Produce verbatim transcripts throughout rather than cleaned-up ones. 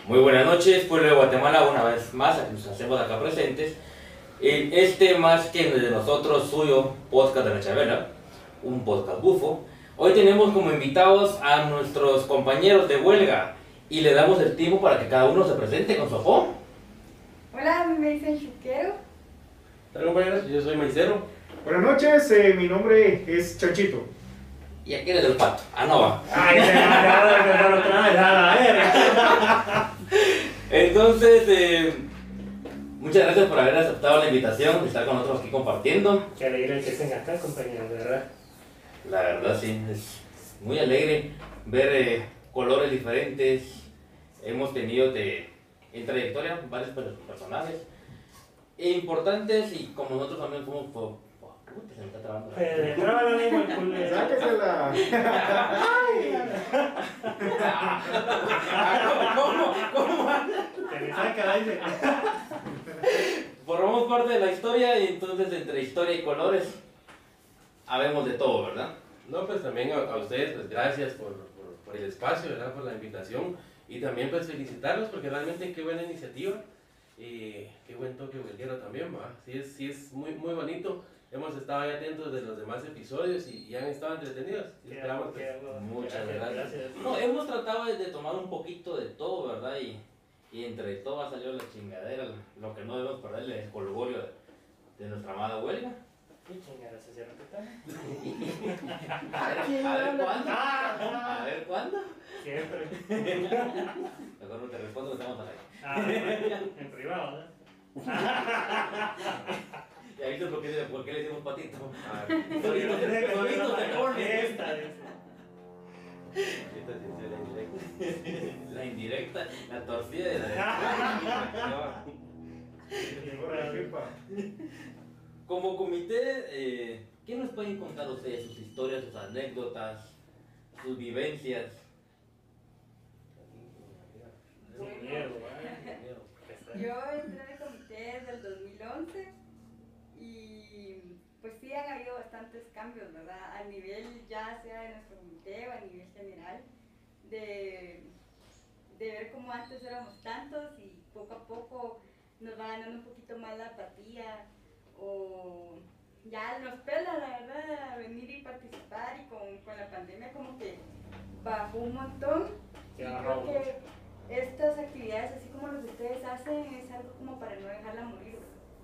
Muy buenas noches, pueblo de Guatemala, una vez más, aquí nos hacemos acá presentes. En este más que de nosotros, suyo, podcast de la Chabela, un podcast bufo. Hoy tenemos como invitados a nuestros compañeros de huelga y le damos el tiempo para que cada uno se presente con su apodo. Hola, a mí me dicen Chuquero. Hola compañeros, yo soy Maicero. Buenas noches, eh, mi nombre es Chanchito. Y aquí eres el pato. Ah, no va. Ay, se me acaba de empezar otra vez, a la verga. Entonces, eh, muchas gracias por haber aceptado la invitación de estar con nosotros aquí compartiendo. Qué alegre que estén acá, compañeros, de verdad. La verdad, sí, es muy alegre ver eh, colores diferentes. Hemos tenido de, en trayectoria varios personajes importantes y como nosotros también fuimos por. Puta, se me está trabando. Eh, traba la lengua el culo. Sáquesela. ¿Cómo? ¿Cómo? Que me saca, dice. Formamos parte de la historia y entonces entre historia y colores habemos de todo, ¿verdad? No, pues también a, a ustedes, pues gracias por, por, por el espacio, ¿verdad? Por la invitación y también pues felicitarlos porque realmente qué buena iniciativa y qué buen toque huelguero también, ¿va? Sí es, sí es muy, muy bonito. Hemos estado ahí atentos de los demás episodios y, y han estado entretenidos. Y esperamos que... Muchas gracias. No, hemos tratado de, de tomar un poquito de todo, ¿verdad? Y, y entre todo ha salido la chingadera. Lo que no debemos perder es el colgorio de, de nuestra amada huelga. ¿Qué chingada se cierra que está? A ver, a ver cuándo. A ver cuándo. Siempre. Mejor no te respondo que estamos al aire. Ah, en privado, ¿no? ¿Ya viste por qué, por qué le decimos patito? Ah, Solito se solito se pone. Esta, dice. esta sí es la indirecta. La indirecta, la torcida de la Como comité, eh, ¿qué nos pueden contar ustedes? Sus historias, sus anécdotas, sus vivencias. Yo entré en el comité desde el dos mil once y pues sí han habido bastantes cambios, ¿verdad? A nivel ya sea de nuestro comité o a nivel general, de, de ver cómo antes éramos tantos y poco a poco nos va ganando un poquito más la apatía o ya nos pela la verdad a venir y participar y con, con la pandemia como que bajó un montón y creo que estas actividades así como lo que ustedes hacen es algo como para no dejarla morir,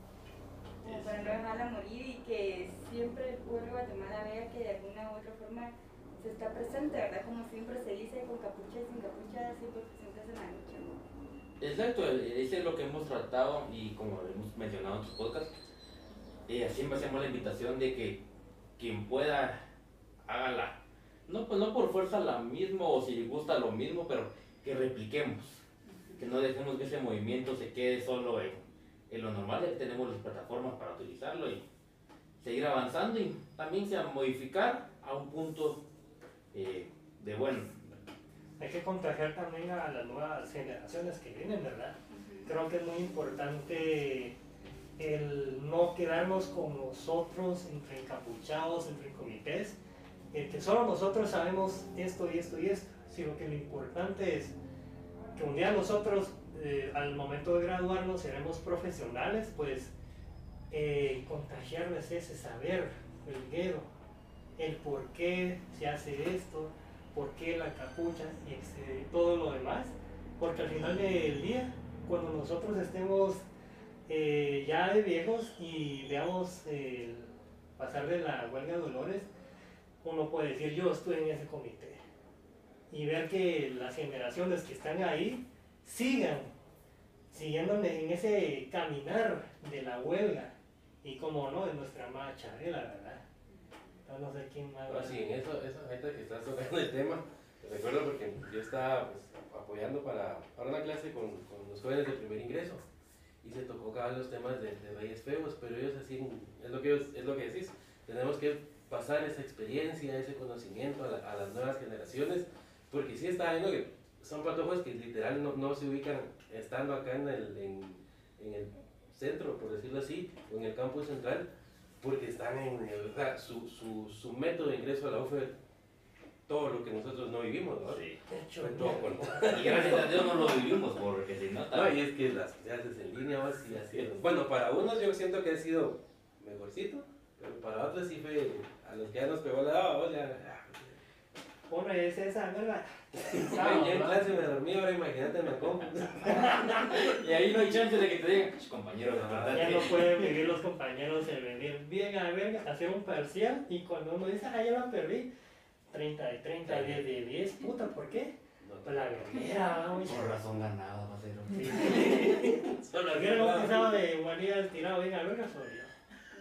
como para no dejarla morir y que siempre el pueblo de Guatemala vea que de alguna u otra forma se está presente, ¿verdad? Como siempre se dice, con capucha y sin capucha siempre presentes en la lucha, ¿no? Exacto, eso es lo que hemos tratado y como hemos mencionado en tus podcasts, eh, siempre hacemos la invitación de que quien pueda, hágala. No, pues no por fuerza la misma o si le gusta lo mismo, pero que repliquemos, que no dejemos que ese movimiento se quede solo en, en lo normal, ya tenemos las plataformas para utilizarlo y seguir avanzando y también sea modificar a un punto eh, de bueno. Hay que contagiar también a las nuevas generaciones que vienen, ¿verdad? Creo que es muy importante el no quedarnos con nosotros entre encapuchados, entre comités, el que solo nosotros sabemos esto y esto y esto, sino que lo importante es que un día nosotros, eh, al momento de graduarnos, seremos profesionales, pues eh, contagiarles ese saber, el guero, el por qué se hace esto, por qué la capucha y este, todo lo demás, porque al final del día, cuando nosotros estemos eh, ya de viejos y veamos eh, pasar de la huelga de Dolores, uno puede decir yo estuve en ese comité y ver que las generaciones que están ahí sigan siguiendo en ese caminar de la huelga y como no, de nuestra marcha, ¿eh? La verdad. No sé quién más. No, sí, en eso, eso ahorita que estás tocando el tema, te recuerdo porque yo estaba pues, apoyando para, para una clase con, con los jóvenes de primer ingreso y se tocó cada los temas de, de Reyes Feos, pero ellos así, es lo, que ellos, es lo que decís, tenemos que pasar esa experiencia, ese conocimiento a, la, a las nuevas generaciones, porque sí está viendo que son patojos que literal no, no se ubican estando acá en el, en, en el centro, por decirlo así, o en el campus central, porque están en el, su, su, su método de ingreso a la U F E todo lo que nosotros no vivimos, ¿no? Sí. Fue todo con... Y gracias a Dios no lo vivimos, porque si no, No, también. y es que las clases en línea, vos, sí ha sido... Bueno, para unos yo siento que ha sido mejorcito, pero para otros sí fue... A los que ya nos pegó la daba, vos ya... Uno dice esa, ¿verdad? Ya en clase me dormí, ahora imagínate en la compu. Y ahí no hay chance de que te digan, compañero, de verdad. Ya que- no pueden vivir los compañeros el venir bien a ver, hacer un parcial y cuando uno dice, ah, ya la perdí, treinta de treinta, diez de diez, puta, ¿por qué? Pues la guerrera, vamos. Por razón ganaba, va a ser. Sí. Solo Hubiera bautizado de Juanía tirado bien a verga, soy yo.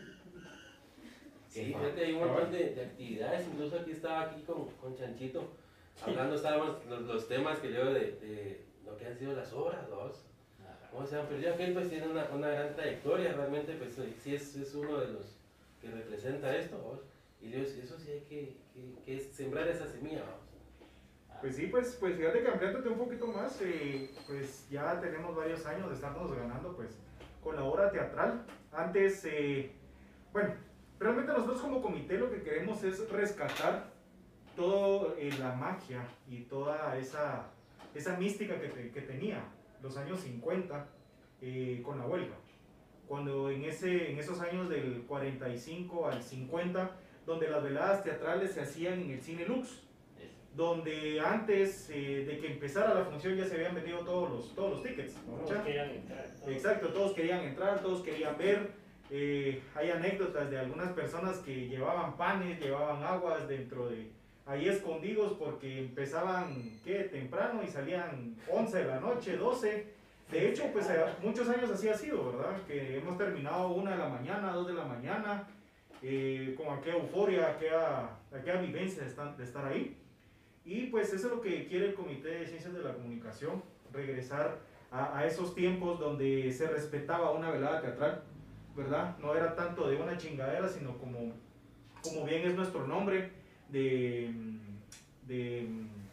Sí, fíjate, hay un montón de, de actividades, incluso aquí estaba aquí con, con Chanchito, hablando estábamos los, los temas que yo de, de lo que han sido las obras, ¿los? ¿Cómo se han perdido? Aquel pues tiene una, una gran trayectoria, realmente pues sí es, es uno de los que representa esto, ¿vos? Y Dios, eso sí hay que, que, que es sembrar esa semilla, ¿vos? Pues sí, pues, pues fíjate que ampliándote un poquito más, eh, pues ya tenemos varios años de estarnos ganando pues con la obra teatral. Antes, eh, bueno, realmente nosotros como comité lo que queremos es rescatar toda eh, la magia y toda esa, esa mística que, te- que tenía los años cincuenta eh, con la huelga. Cuando en, ese, en esos años del cuarenta y cinco al cincuenta, donde las veladas teatrales se hacían en el Cine Lux, donde antes eh, de que empezara la función ya se habían vendido todos los, todos los tickets, ¿no? Todos ¿Ya? querían entrar. todos. Exacto, todos querían entrar, todos querían ver. Eh, hay anécdotas de algunas personas que llevaban panes, llevaban aguas dentro de ahí escondidos porque empezaban ¿qué? Temprano y salían once de la noche, doce. De hecho, pues eh, muchos años así ha sido, ¿verdad? Que hemos terminado una de la mañana, dos de la mañana, eh, con aquella euforia, aquella, aquella vivencia de estar, de estar ahí. Y pues eso es lo que quiere el Comité de Ciencias de la Comunicación, regresar a, a esos tiempos donde se respetaba una velada teatral, ¿verdad? No era tanto de una chingadera, sino como, como bien es nuestro nombre, de, de,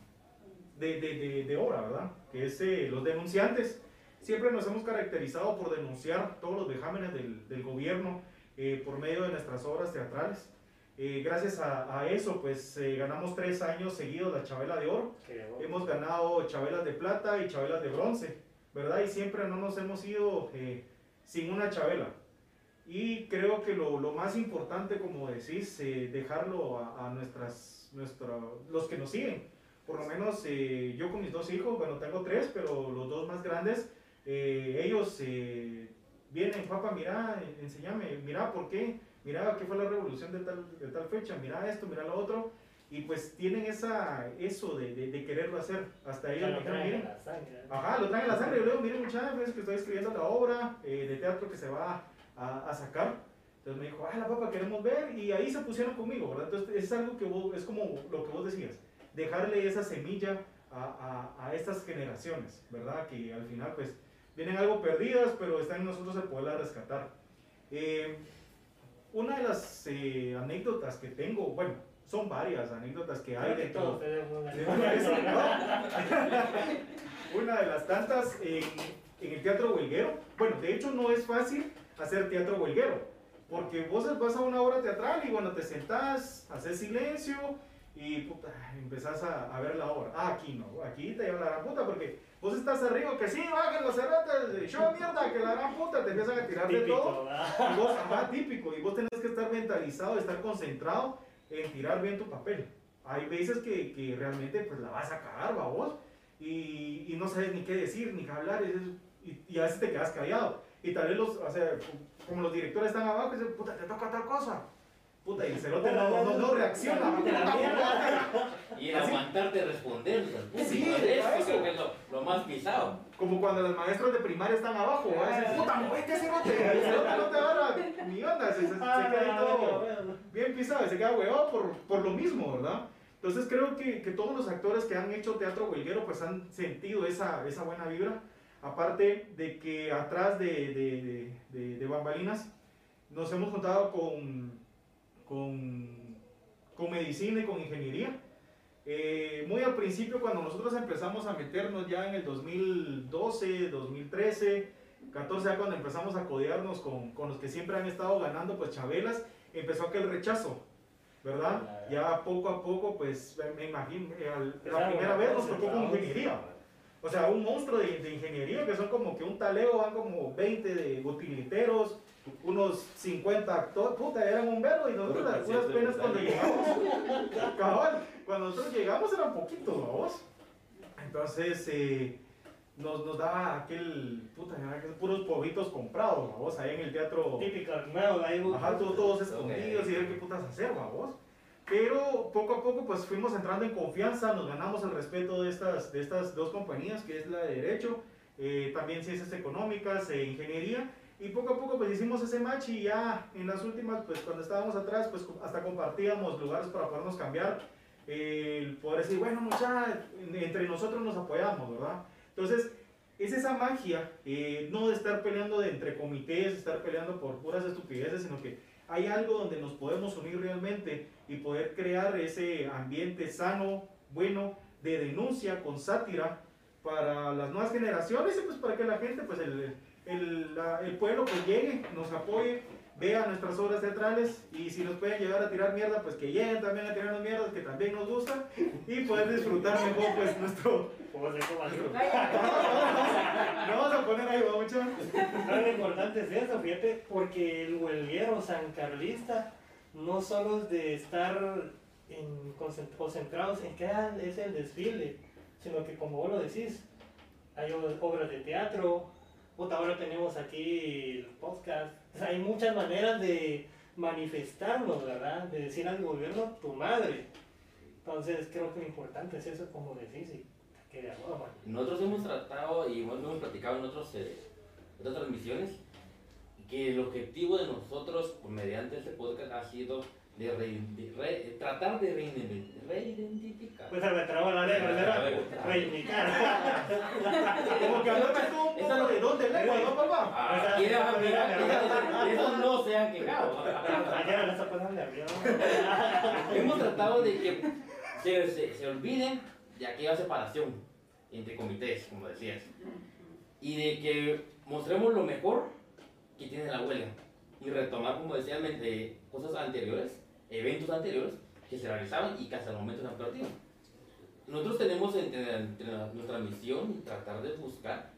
de, de, de, de obra, ¿verdad? Que es eh, los denunciantes. Siempre nos hemos caracterizado por denunciar todos los vejámenes del, del gobierno eh, por medio de nuestras obras teatrales. Eh, gracias a, a eso, pues eh, ganamos tres años seguidos la Chabela de Oro. Que vos- Hemos ganado chabelas de plata y chabelas de bronce, ¿verdad? Y siempre no nos hemos ido eh, sin una chabela. Y creo que lo, lo más importante, como decís, eh, dejarlo a, a nuestras, nuestra, los que nos siguen. Por lo menos eh, yo con mis dos hijos, bueno, tengo tres, pero los dos más grandes, eh, ellos eh, vienen, papá, mira, enséñame, mira, ¿por qué? Mira, ¿qué fue la revolución de tal, de tal fecha? Mira esto, mira lo otro. Y pues tienen esa, eso de, de, de quererlo hacer. Hasta Ya ellos me lo dijeron, traen miren, en la sangre. ¿eh? ajá, lo traen en la sangre. Yo le digo, miren muchachos, que estoy escribiendo la obra eh, de teatro que se va a, a sacar. Entonces me dijo, ah, la papá, queremos ver. Y ahí se pusieron conmigo, ¿verdad? Entonces es algo que vos, es como lo que vos decías, dejarle esa semilla a, a, a estas generaciones, ¿verdad? Que al final pues vienen algo perdidas, pero está en nosotros el poderlas rescatar. Eh, una de las eh, anécdotas que tengo, bueno, son varias anécdotas que hay Creo que dentro todos tenemos de una- una vez, ¿no? Una de las tantas en, en el teatro huelguero. Bueno, de hecho no es fácil hacer teatro huelguero, porque vos vas a una obra teatral y bueno, te sentás, haces silencio y puta, empezás a, a ver la obra. Ah, aquí no, aquí te lleva la gran puta, porque vos estás arriba, que sí, bajen los cerratas, yo mierda, que la gran puta, te empiezan a tirar de todo. Típico, ¿verdad? Y vos, ajá, típico, y vos tenés que estar mentalizado, estar concentrado en tirar bien tu papel. Hay veces que, que realmente pues la vas a cagar, va vos, y, y no sabes ni qué decir, ni qué hablar, y, y, y a veces te quedas callado. Y tal vez los, o sea, como los directores están abajo y dicen, puta, te toca tal cosa. Puta, y el cerote no, no, no reacciona. Te la puta, mierda. puta. Y el Así- aguantarte responder. o sea, Sí, eso eso. creo que es lo, lo más pisado. Como cuando los maestros de primaria están abajo, ¿va? Dicen, puta, movete, cerote, el cerote no te agarra ni onda, se, se, se Ah, queda ahí todo bueno. bien pisado, y se queda huevado por, por lo mismo, ¿verdad? Entonces creo que, que todos los actores que han hecho teatro huelguero pues han sentido esa, esa buena vibra, aparte de que atrás de, de, de, de, de bambalinas nos hemos juntado con, con, con medicina y con ingeniería. Eh, muy al principio, cuando nosotros empezamos a meternos ya en el dos mil doce, dos mil trece, catorce, ya cuando empezamos a codearnos con, con los que siempre han estado ganando pues chabelas, empezó aquel rechazo, ¿verdad? Ya poco a poco, pues me imagino, eh, al- la Claro, primera vez nos pues, tocó con vamos. ingeniería. O sea, un monstruo de, de ingeniería que son como que un taleo, van como veinte de utiliteros, unos cincuenta actores, puta, eran un verbo y nosotros Puro las puras concierto penas cuando empresario. llegamos, cabal, cuando nosotros llegamos eran poquitos, vamos. Entonces, eh, nos, nos daba aquel, puta, era que puros pobritos comprados, vamos, ahí en el teatro. Típico, nuevo, ahí Ajá, todos, todos escondidos y ver qué putas hacer, vamos. Pero poco a poco pues fuimos entrando en confianza, nos ganamos el respeto de estas, de estas dos compañías, que es la de Derecho, eh, también Ciencias Económicas e Ingeniería. Y poco a poco pues hicimos ese match y ya en las últimas, pues cuando estábamos atrás, pues hasta compartíamos lugares para podernos cambiar. Eh, el poder decir, bueno, mucha, entre nosotros nos apoyamos, ¿verdad? Entonces, es esa magia, eh, no de estar peleando de entre comités, estar peleando por puras estupideces, sino que hay algo donde nos podemos unir realmente y poder crear ese ambiente sano, bueno, de denuncia, con sátira, para las nuevas generaciones y pues para que la gente, pues el, el, la, el pueblo pues llegue, nos apoye, vea nuestras obras teatrales y si nos pueden llegar a tirar mierda, pues que lleguen también a tirarnos mierda, que también nos gusta, y poder disfrutar mejor pues nuestro... Como se coma algo. No vamos a poner ahí, vamos mucho. Lo importante es eso, fíjate, porque el huelguero sancarlista no solo es de estar en, concentrados en qué es el desfile, sino que como vos lo decís, hay obras de teatro, puta, ahora tenemos aquí el podcast, o sea, hay muchas maneras de manifestarnos, ¿verdad? De decir al gobierno tu madre. Entonces creo que lo importante es eso, como decís, y que de amor, man. Nosotros hemos tratado y hemos, hemos platicado en otros, eh, otras transmisiones que el objetivo de nosotros, pues, mediante este podcast, ha sido de, re, de re, tratar de reidentificar. Re Pues se me trabó la lengua, ¿verdad? Reivindicar. Como que hablaste tú un poco de dónde lengua, ¿no, papá? Ah, quiera, mira, mira, esos no se han quejado. Ayer me está poniendo nervioso. Hemos tratado de que se, se, se olviden de aquella separación entre comités, como decías, y de que mostremos lo mejor que tiene la huelga y retomar, como decían, de cosas anteriores, eventos anteriores que se realizaban y que hasta el momento se han perdido. Nosotros tenemos entre, entre nuestra misión tratar de buscar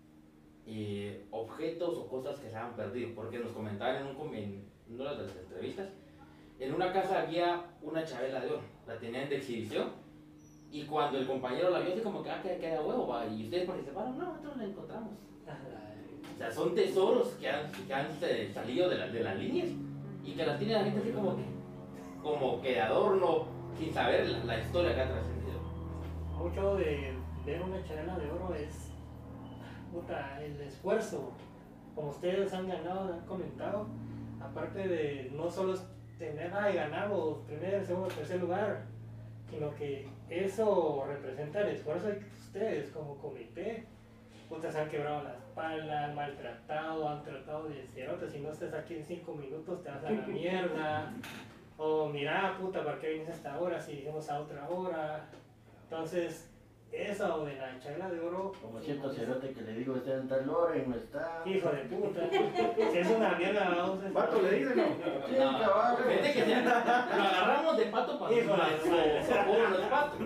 eh, objetos o cosas que se han perdido, porque nos comentaban en, un, en una de las entrevistas, en una casa había una chabela de oro, la tenían de exhibición, y cuando el compañero la vio, así como que, ah, que queda huevo, va, y ustedes participaron, no, nosotros la encontramos. O sea, son tesoros que han, que han eh, salido de, la, de las líneas y que las tiene la gente así como que, como que de adorno, sin saber la, la historia que ha trascendido. Mucho de ver una charela de oro es, puta, el esfuerzo. Como ustedes han ganado, han comentado, aparte de no solo tener, ay, ganamos primer, segundo, tercer lugar, sino que eso representa el esfuerzo de ustedes como comité. Puta, se han quebrado la espalda, han maltratado, han tratado de decir, otra, si no estás aquí en cinco minutos te vas a la mierda. O mira, puta, ¿para qué vienes a esta hora si dijimos a otra hora? Entonces, eso de la charla de oro... Como cierto cerote que le digo, está en tal hora y no está. Hijo de puta. Si es una mierda, vamos a... Vato, le dicen, ¿no? Sí, cabal. Fíjate que ya lo agarramos de pato para Hijo de su, madre. su apodo no es pato.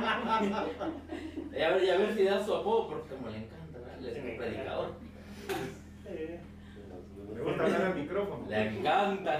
Y a ver, y a ver si da su apodo, porque como le encanta, ¿verdad? Le es un predicador. Eh, Me gusta hablar al micrófono. Le encanta.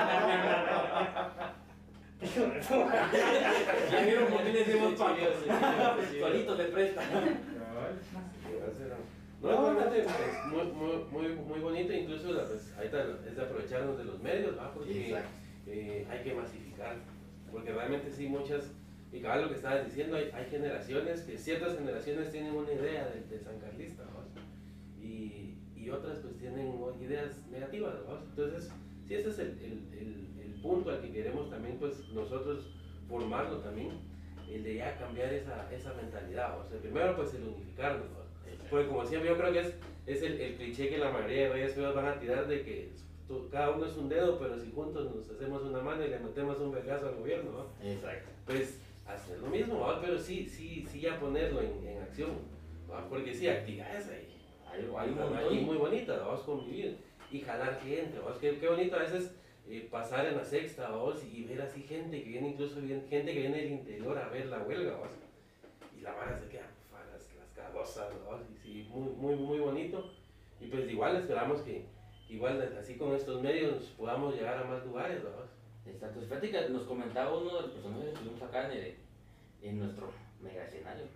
hijo de puta. Ya vieron por qué le decimos pato. Solito te presta. Cabal. No, realmente es muy, muy, muy, muy bonito, incluso la, pues, ahorita es de aprovecharnos de los medios, ¿va? Porque eh, hay que masificar, porque realmente sí muchas, y cabal lo que estabas diciendo, hay, hay generaciones, que ciertas generaciones tienen una idea del de San Carlista, ¿va? Y, y otras pues tienen ideas negativas, ¿va? Entonces, sí, ese es el, el, el, el punto al que queremos también pues nosotros formarlo también, el de ya cambiar esa, esa mentalidad, o sea, primero pues el unificarnos, ¿va? Porque como siempre yo creo que es, es el, el cliché que la mayoría de reyes feos van a tirar de que tú, cada uno es un dedo, pero si juntos nos hacemos una mano y le metemos un vergazo al gobierno, ¿no? Exacto. Pues hacer lo mismo, ¿va? Pero sí, sí, sí ya ponerlo en, en acción, ¿va? Porque sí, actividades ahí, Hay, hay hay un aquí montón. muy bonitas, vamos a convivir y jalar gente, ¿va? Qué, qué bonito a veces eh, pasar en la sexta, vos, y ver así gente que viene, incluso bien- gente que viene del interior a ver la huelga, vos. Y la vara se queda, fa, las, las carrozas, vos, y sí, muy, muy, muy bonito. Y pues igual esperamos que, igual así con estos medios podamos llegar a más lugares, vos. Exacto. Fíjate que nos comentaba uno de los personajes que estuvimos acá en, el- en nuestro mega escenario.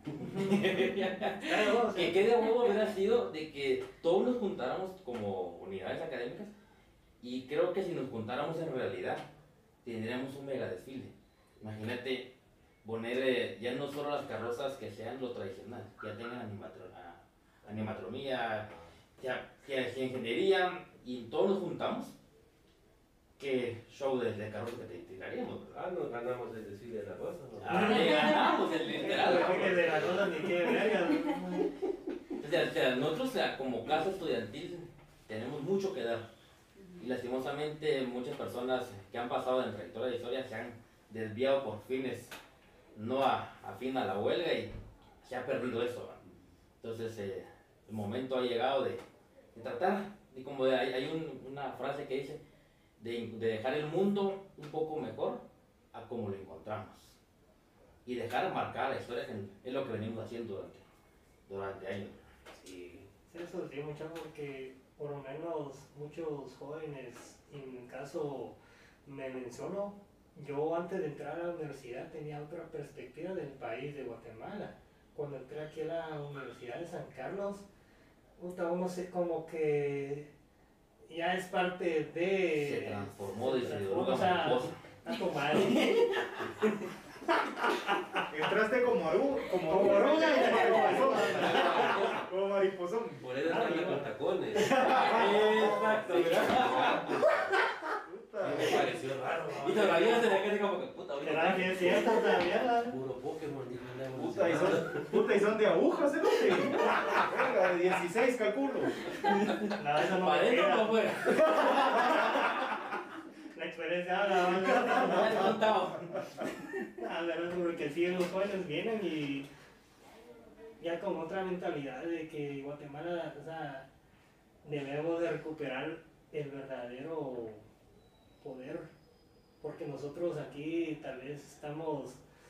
Que qué de huevo hubiera sido de que todos nos juntáramos como unidades académicas, y creo que si nos juntáramos en realidad tendríamos un mega desfile. Imagínate poner eh, ya no solo las carrozas que sean lo tradicional, que ya tengan animatro- a- animatromía, ya, que que ingeniería, y todos nos juntamos. ¿Qué show de, de carrozas que te tiraríamos? Ah, nos ganamos el desfile de la rosa, ¿no? Ah, le ganamos el literal. Que de la rosa ni qué verga. O sea, o sea, nosotros, o sea, como casa estudiantil tenemos mucho que dar, y lastimosamente muchas personas que han pasado en trayectoria de historia se han desviado por fines no a, afín a la huelga, y se ha perdido eso, ¿va? Entonces eh, el momento ha llegado de, de tratar, y como de- hay, hay un- una frase que dice de, de dejar el mundo un poco mejor a como lo encontramos, y dejar marcar la historia, que es lo que venimos haciendo durante, durante años. Sí. Sí, eso sí, mucho, porque por lo menos muchos jóvenes, en mi caso me menciono, yo antes de entrar a la universidad tenía otra perspectiva del país de Guatemala. Cuando entré aquí a la Universidad de San Carlos, puta, uno se como que ya es parte de... Se transformó de transformó, droga o sea, mariposa. a tu madre. Entraste como aru, como Como oruga y oruga. como mariposón. Como mariposón. Por eso están con tacones. Exacto, Puta. Me pareció raro. y todavía se le queda así como que puta, ahorita ¿Será que es cierto esta mierda? Puro Pokémon, dijo la Puta, y evolución. son, puta, y son de agujas, ¿eh? Venga, de dieciséis, calculo. No, eso no para me adentro queda. no fuera. La experiencia habla, Me ¿no? has contado. A ver, porque sí, los jóvenes vienen y ya con otra mentalidad de que Guatemala, o sea, debemos de recuperar el verdadero poder, porque nosotros aquí tal vez estamos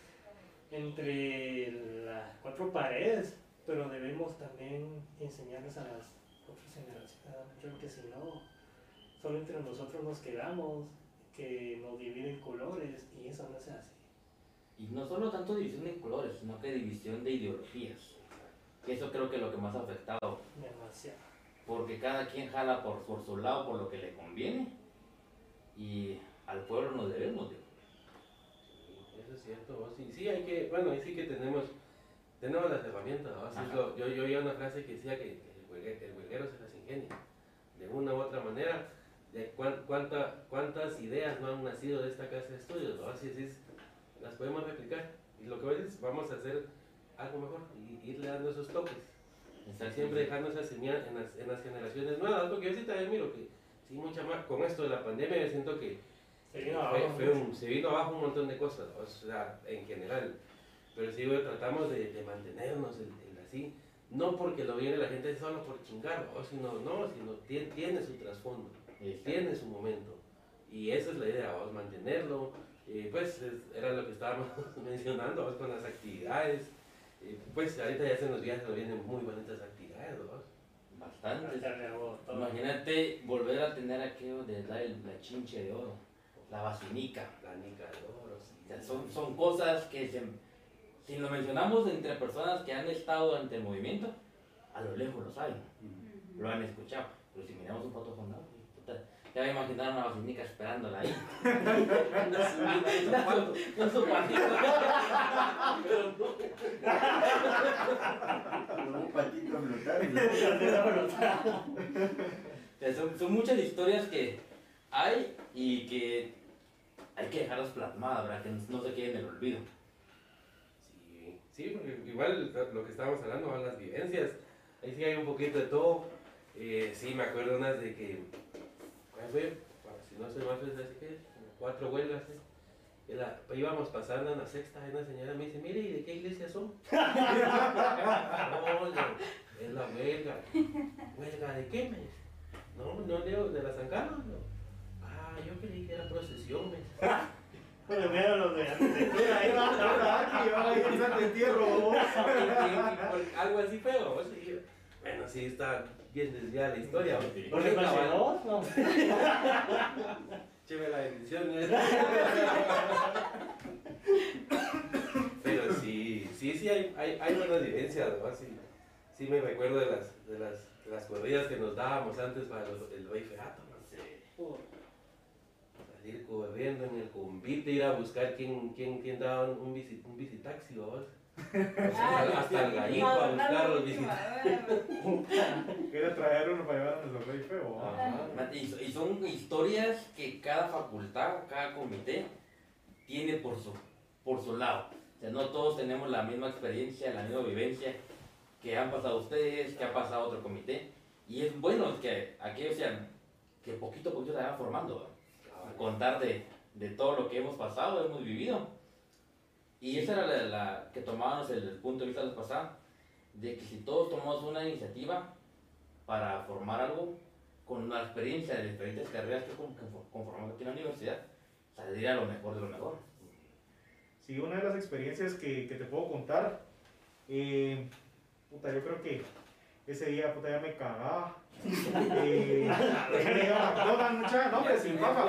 entre las cuatro paredes, pero debemos también enseñarles a las otras generaciones, creo que si no, solo entre nosotros nos quedamos, que nos dividen colores, y eso no se hace. Y no solo tanto división de colores, sino que división de ideologías. Que eso creo que es lo que más ha afectado, Demasiado. porque cada quien jala por, por su lado, por lo que le conviene, y al pueblo nos debemos. Digo. Eso es cierto, vos. Sí, sí, hay que, bueno, ahí sí que tenemos, tenemos las herramientas, ¿no? Así es Ajá. lo- yo, yo oía una frase que decía que el huelguero, el huelguero se las ingenia, de una u otra manera, de cuán- cuánta- cuántas ideas no han nacido de esta casa de estudios, ¿no? Así es, las podemos replicar, y lo que hoy es, vamos a hacer algo mejor, y irle dando esos toques, o sea, siempre dejando esa señal en las, en las generaciones nuevas, porque yo sí también miro que, sí, mucha más, con esto de la pandemia, yo siento que Se vino fue- abajo fue mucho. un- se vino abajo un montón de cosas, o sea, en general. Pero sí, güey, tratamos de, de mantenernos en, en así, no porque lo viene la gente solo por chingar, o sino, no, sino tiene, tiene su trasfondo, tiene su momento. Y esa es la idea, vamos, mantenerlo. Y pues es- era lo que estábamos mencionando, vamos, con las actividades. Y, pues ahorita ya se nos vienen, se nos vienen muy bonitas actividades, vamos. Bastante. Echarle a vos todo. Imagínate volver a tener aquello de dar el- la chinche de oro, la basinica. La nica de oro, sí. O sea, son, son cosas que se, si lo mencionamos entre personas que han estado ante el movimiento, a lo lejos lo saben, lo han escuchado. Pero si miramos un foto con agua, puta, ya voy a imaginar una basinica esperándola ahí. Con su patito. Pero no. Con un patito flotando. O sea, son, son muchas historias que hay y que hay que dejarlas plasmadas, ¿verdad? Que no se queden en el olvido. Sí, sí, porque igual lo que estábamos hablando van las vivencias. Ahí sí hay un poquito de todo. Eh, sí, me acuerdo unas de que, ¿cuál fue? Bueno, si no se me hace, así que como cuatro huelgas. ¿eh? Y la- íbamos pasando en la sexta y una señora me dice, mire, ¿y de qué iglesia son? No, le- es la huelga. ¿Huelga de qué? Me dice. No, no leo, de la San Carlos. No. Ah, Ah, yo creí que era procesión, me. Pues vieron los de arquitectura, ahí va. Ahora aquí va a ir el santo entierro. Algo así feo. ¿Vos? Y, bueno, sí, está bien desviada la historia. ¿Vos? ¿Por qué pasó? No. Chévere la bendición. ¿Eh? Pero sí, sí, sí, hay, hay, hay buenas vivencias, ¿no? Sí, sí me recuerdo de las, de, las, de las corridas que nos dábamos antes para los, el rey feato, ¿no? Sí. Salir corriendo en el convite, ir a buscar quién, quién, quién daba un, visit, un visitaxi, ¿vos? Hasta, hasta el gallito a buscar los visitaxis. Quiere traer uno para llevar a nuestro rey feo. Ajá. Y, y son historias que cada facultad, cada comité tiene por su, por su lado. O sea, no todos tenemos la misma experiencia, la misma vivencia que han pasado ustedes, que ha pasado otro comité. Y es bueno que aquellos sean, que poquito a poquito se vayan formando, ¿no? A contar de, de todo lo que hemos pasado, hemos vivido. Y esa era la, la que tomábamos el, el punto de vista de la pasada, de que si todos tomamos una iniciativa para formar algo, con la experiencia de diferentes carreras que conformamos aquí en la universidad, saldría lo mejor de lo mejor. Sí, una de las experiencias que, que te puedo contar, eh, puta, yo creo que ese día, puta, ya me cagaba. Eh, me iba a McDonald's, mucha, no, hombre, sin papa.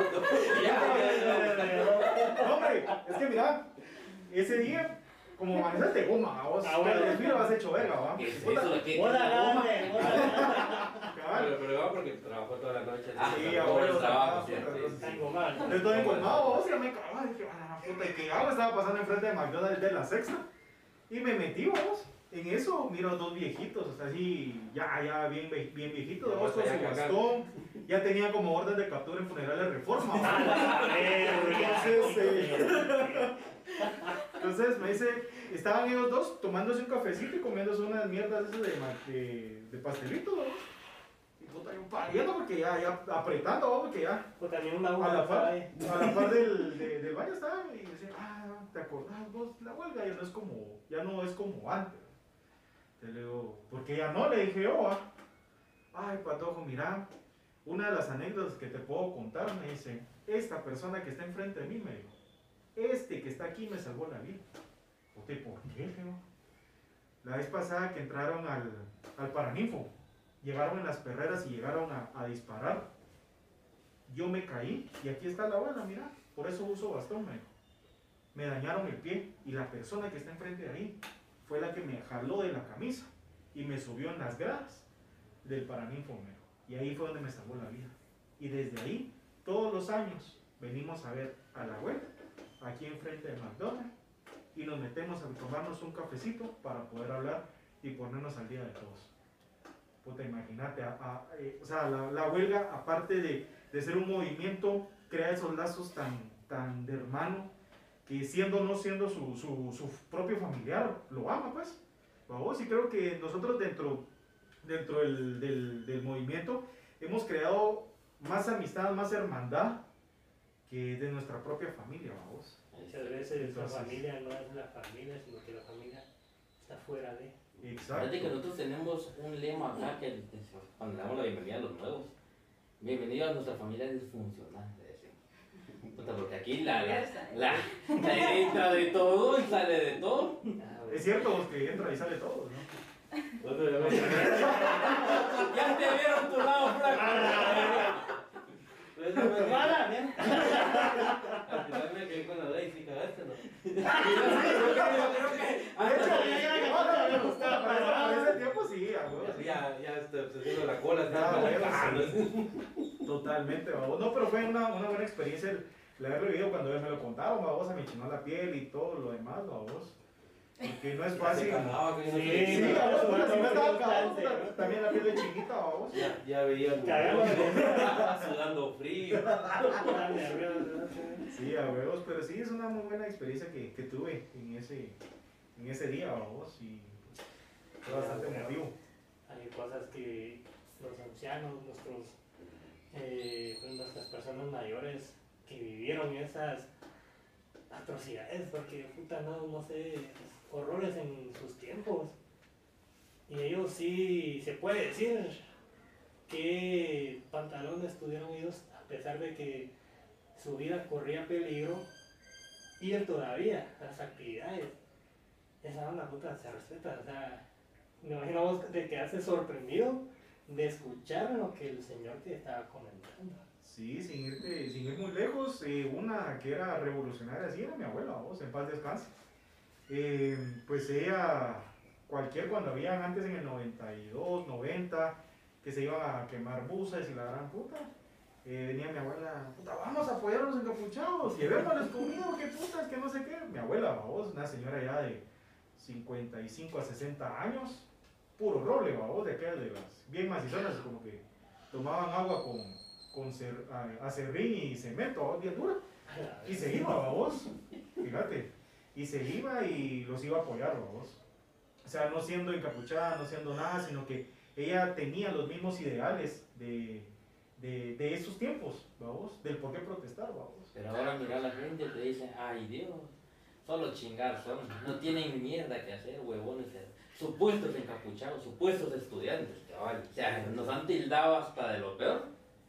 No, hombre, es que mira, ese día, como manejas de goma, a vos, Ah, bueno. el desfile vas hecho verga, ¿va? ¿Qué es Puta, eso de que Hola, la goma? grande, hola. cabal. Pero, pero va porque trabajó toda la noche. Ah, Sí, sí, ahora el los trabajo, trabajos, cierto, pero sí. Tengo mal. Yo estoy engolmado, vos, ya me cagaba, dije, ah, puta, ¿y qué hago? Estaba pasando enfrente de McDonald's de la Sexta y me metí, vamos. En eso miro dos viejitos, o sea, así, ya, ya, bien, ve- bien viejitos, Ya vos, con vas su allá a cagar. bastón, ya tenía como orden de captura en funerales Reforma, vamos. A ver, Entonces, eh, entonces me dice, estaban ellos dos tomándose un cafecito y comiéndose unas mierdas esas de, ma- de, de pastelito, ¿no? Y puta, yo pariendo porque ya, ya apretando, ¿no? Porque ya pues también una a la uva par, ahí. a la par del, de- del baño estaba y me decía, ah, ¿te acordás vos? La huelga ya no es como, ya no es como antes. Te le digo, ¿por qué ya no? Le dije yo, ah. Ay, Patojo, mira, una de las anécdotas que te puedo contar, me dice, esta persona que está enfrente de mí, me dijo, este que está aquí me salvó la vida. Puta, ¿y por qué, feo? La vez pasada que entraron al, al Paraninfo, llegaron en las perreras y llegaron a, a disparar. Yo me caí y aquí está la bala, mira, por eso uso bastón, me dijo. Me dañaron el pie y la persona que está enfrente de ahí fue la que me jaló de la camisa y me subió en las gradas del Paraninfo, me dijo. Y ahí fue donde me salvó la vida. Y desde ahí, todos los años, venimos a ver a la abuela, aquí enfrente de McDonald's, y nos metemos a tomarnos un cafecito para poder hablar y ponernos al día de todos. Puta, imagínate, a- a- eh, o sea, la, la huelga, aparte de, de ser un movimiento, crea esos lazos tan, tan de hermano, que siendo o no siendo su, su, su propio familiar, lo ama, pues. Vamos, y creo que nosotros dentro, dentro del, del, del movimiento hemos creado más amistad, más hermandad que de nuestra propia familia, vamos. Muchas veces Entonces- la familia no es la familia, sino que la familia está fuera de. Exacto. Fíjate que nosotros tenemos un lema acá que cuando le damos la bienvenida a los nuevos, bienvenido a nuestra familia disfuncional, le decimos. Puta, porque aquí la, la, la, la entra de todo y sale de todo. Es cierto vos, que entra y sale todo, ¿no? Otro día me- Ya te vieron tu lado flaco. Pues no me- Mala, ¿eh? Al final me quedé con la duda y sí cagaste, ¿no? De hecho, para ese- para ese tiempo sí, a huevo, sí. Ya, ya estoy obsesionando la cola. Ya, está huevo, cagando. sí. Totalmente, babos. No, pero fue una, una buena experiencia el, el haber vivido cuando me lo contaron, babos, me chinó la piel y todo lo demás, babos. Porque no es Se fácil. cagaba, que no Sí, sé. Sí, babos, no, puta, no, si me no, estaba no, cagando, no, puta, también la piel de chiquita, babos. Ya, ya veía Cagamos. sudando frío. Está nervioso. Sí, a huevos, pero sí es una muy buena experiencia que, que tuve en ese, en ese día, babos, y fue bastante emotivo. Hay cosas que los ancianos, nuestros, eh, pues, nuestras personas mayores que vivieron esas atrocidades, porque puta, no, no sé, horrores en sus tiempos. Y ellos sí, se puede decir que pantalones tuvieron ellos, a pesar de que su vida corría peligro, ir todavía a las actividades. Esa onda puta se respeta, o sea, me imagino vos de quedarse sorprendido de escuchar lo que el Señor te estaba comentando. Sí, sin, irte, sin ir muy lejos, eh, una que era revolucionaria así era mi abuela, vos, en paz descanse. Eh, pues ella, cualquier, cuando habían antes en el noventa y dos, noventa, que se iban a quemar buses y la gran puta, eh, venía mi abuela, puta, vamos a apoyar a los encapuchados, llevémosles comida, qué putas, que no sé qué. Mi abuela, vos, una señora ya de cincuenta y cinco a sesenta años, puro roble, vos, de aquellas de las bien macizonas, como que tomaban agua con, con cer, a, acerrín y cemento, vos, bien dura, y se iba, vos, fíjate, y se iba y los iba a apoyar, vos. O sea, no siendo encapuchada, no siendo nada, sino que ella tenía los mismos ideales de, de, de esos tiempos, vamos, del por qué protestar, vamos. Pero ahora mira la gente te dice, ay Dios, solo chingar son, no tienen mierda que hacer, huevones, supuestos encapuchados, supuestos estudiantes, cabal. O sea, nos han tildado hasta de lo peor.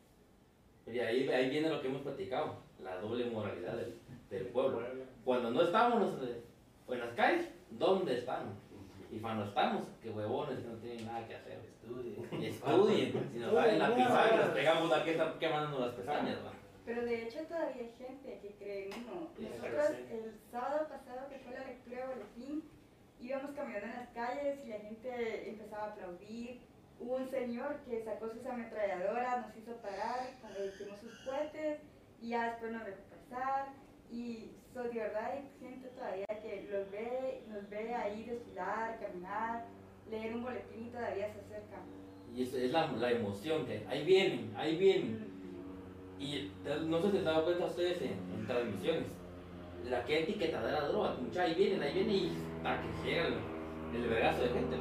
Y ahí, ahí viene lo que hemos platicado, la doble moralidad del, del pueblo. Cuando no estamos en las calles, ¿dónde estamos? Y cuando estamos, que huevones que no tienen nada que hacer. Estudien. Estudien. Si nos salen la pizarra y nos pegamos aquí, están quemándonos las pestañas, ¿va? Pero de hecho todavía hay gente que cree en uno. Nosotros el sábado pasado que fue la lectura de boletín, íbamos caminando en las calles y la gente empezaba a aplaudir. Hubo un señor que sacó sus ametralladoras, nos hizo parar, cuando hicimos sus cohetes y ya después nos dejó pasar. Y so, de verdad hay gente todavía que los ve, nos ve ahí desfilar, caminar, leer un boletín y todavía se acercan. Y es, es la, la emoción que ahí vienen, ahí vienen. Y no sé si se han dado cuenta ustedes en, en transmisiones, la que etiqueta de la droga, mucha, ahí vienen, ahí vienen y hasta que llega el, el vergazo de gente.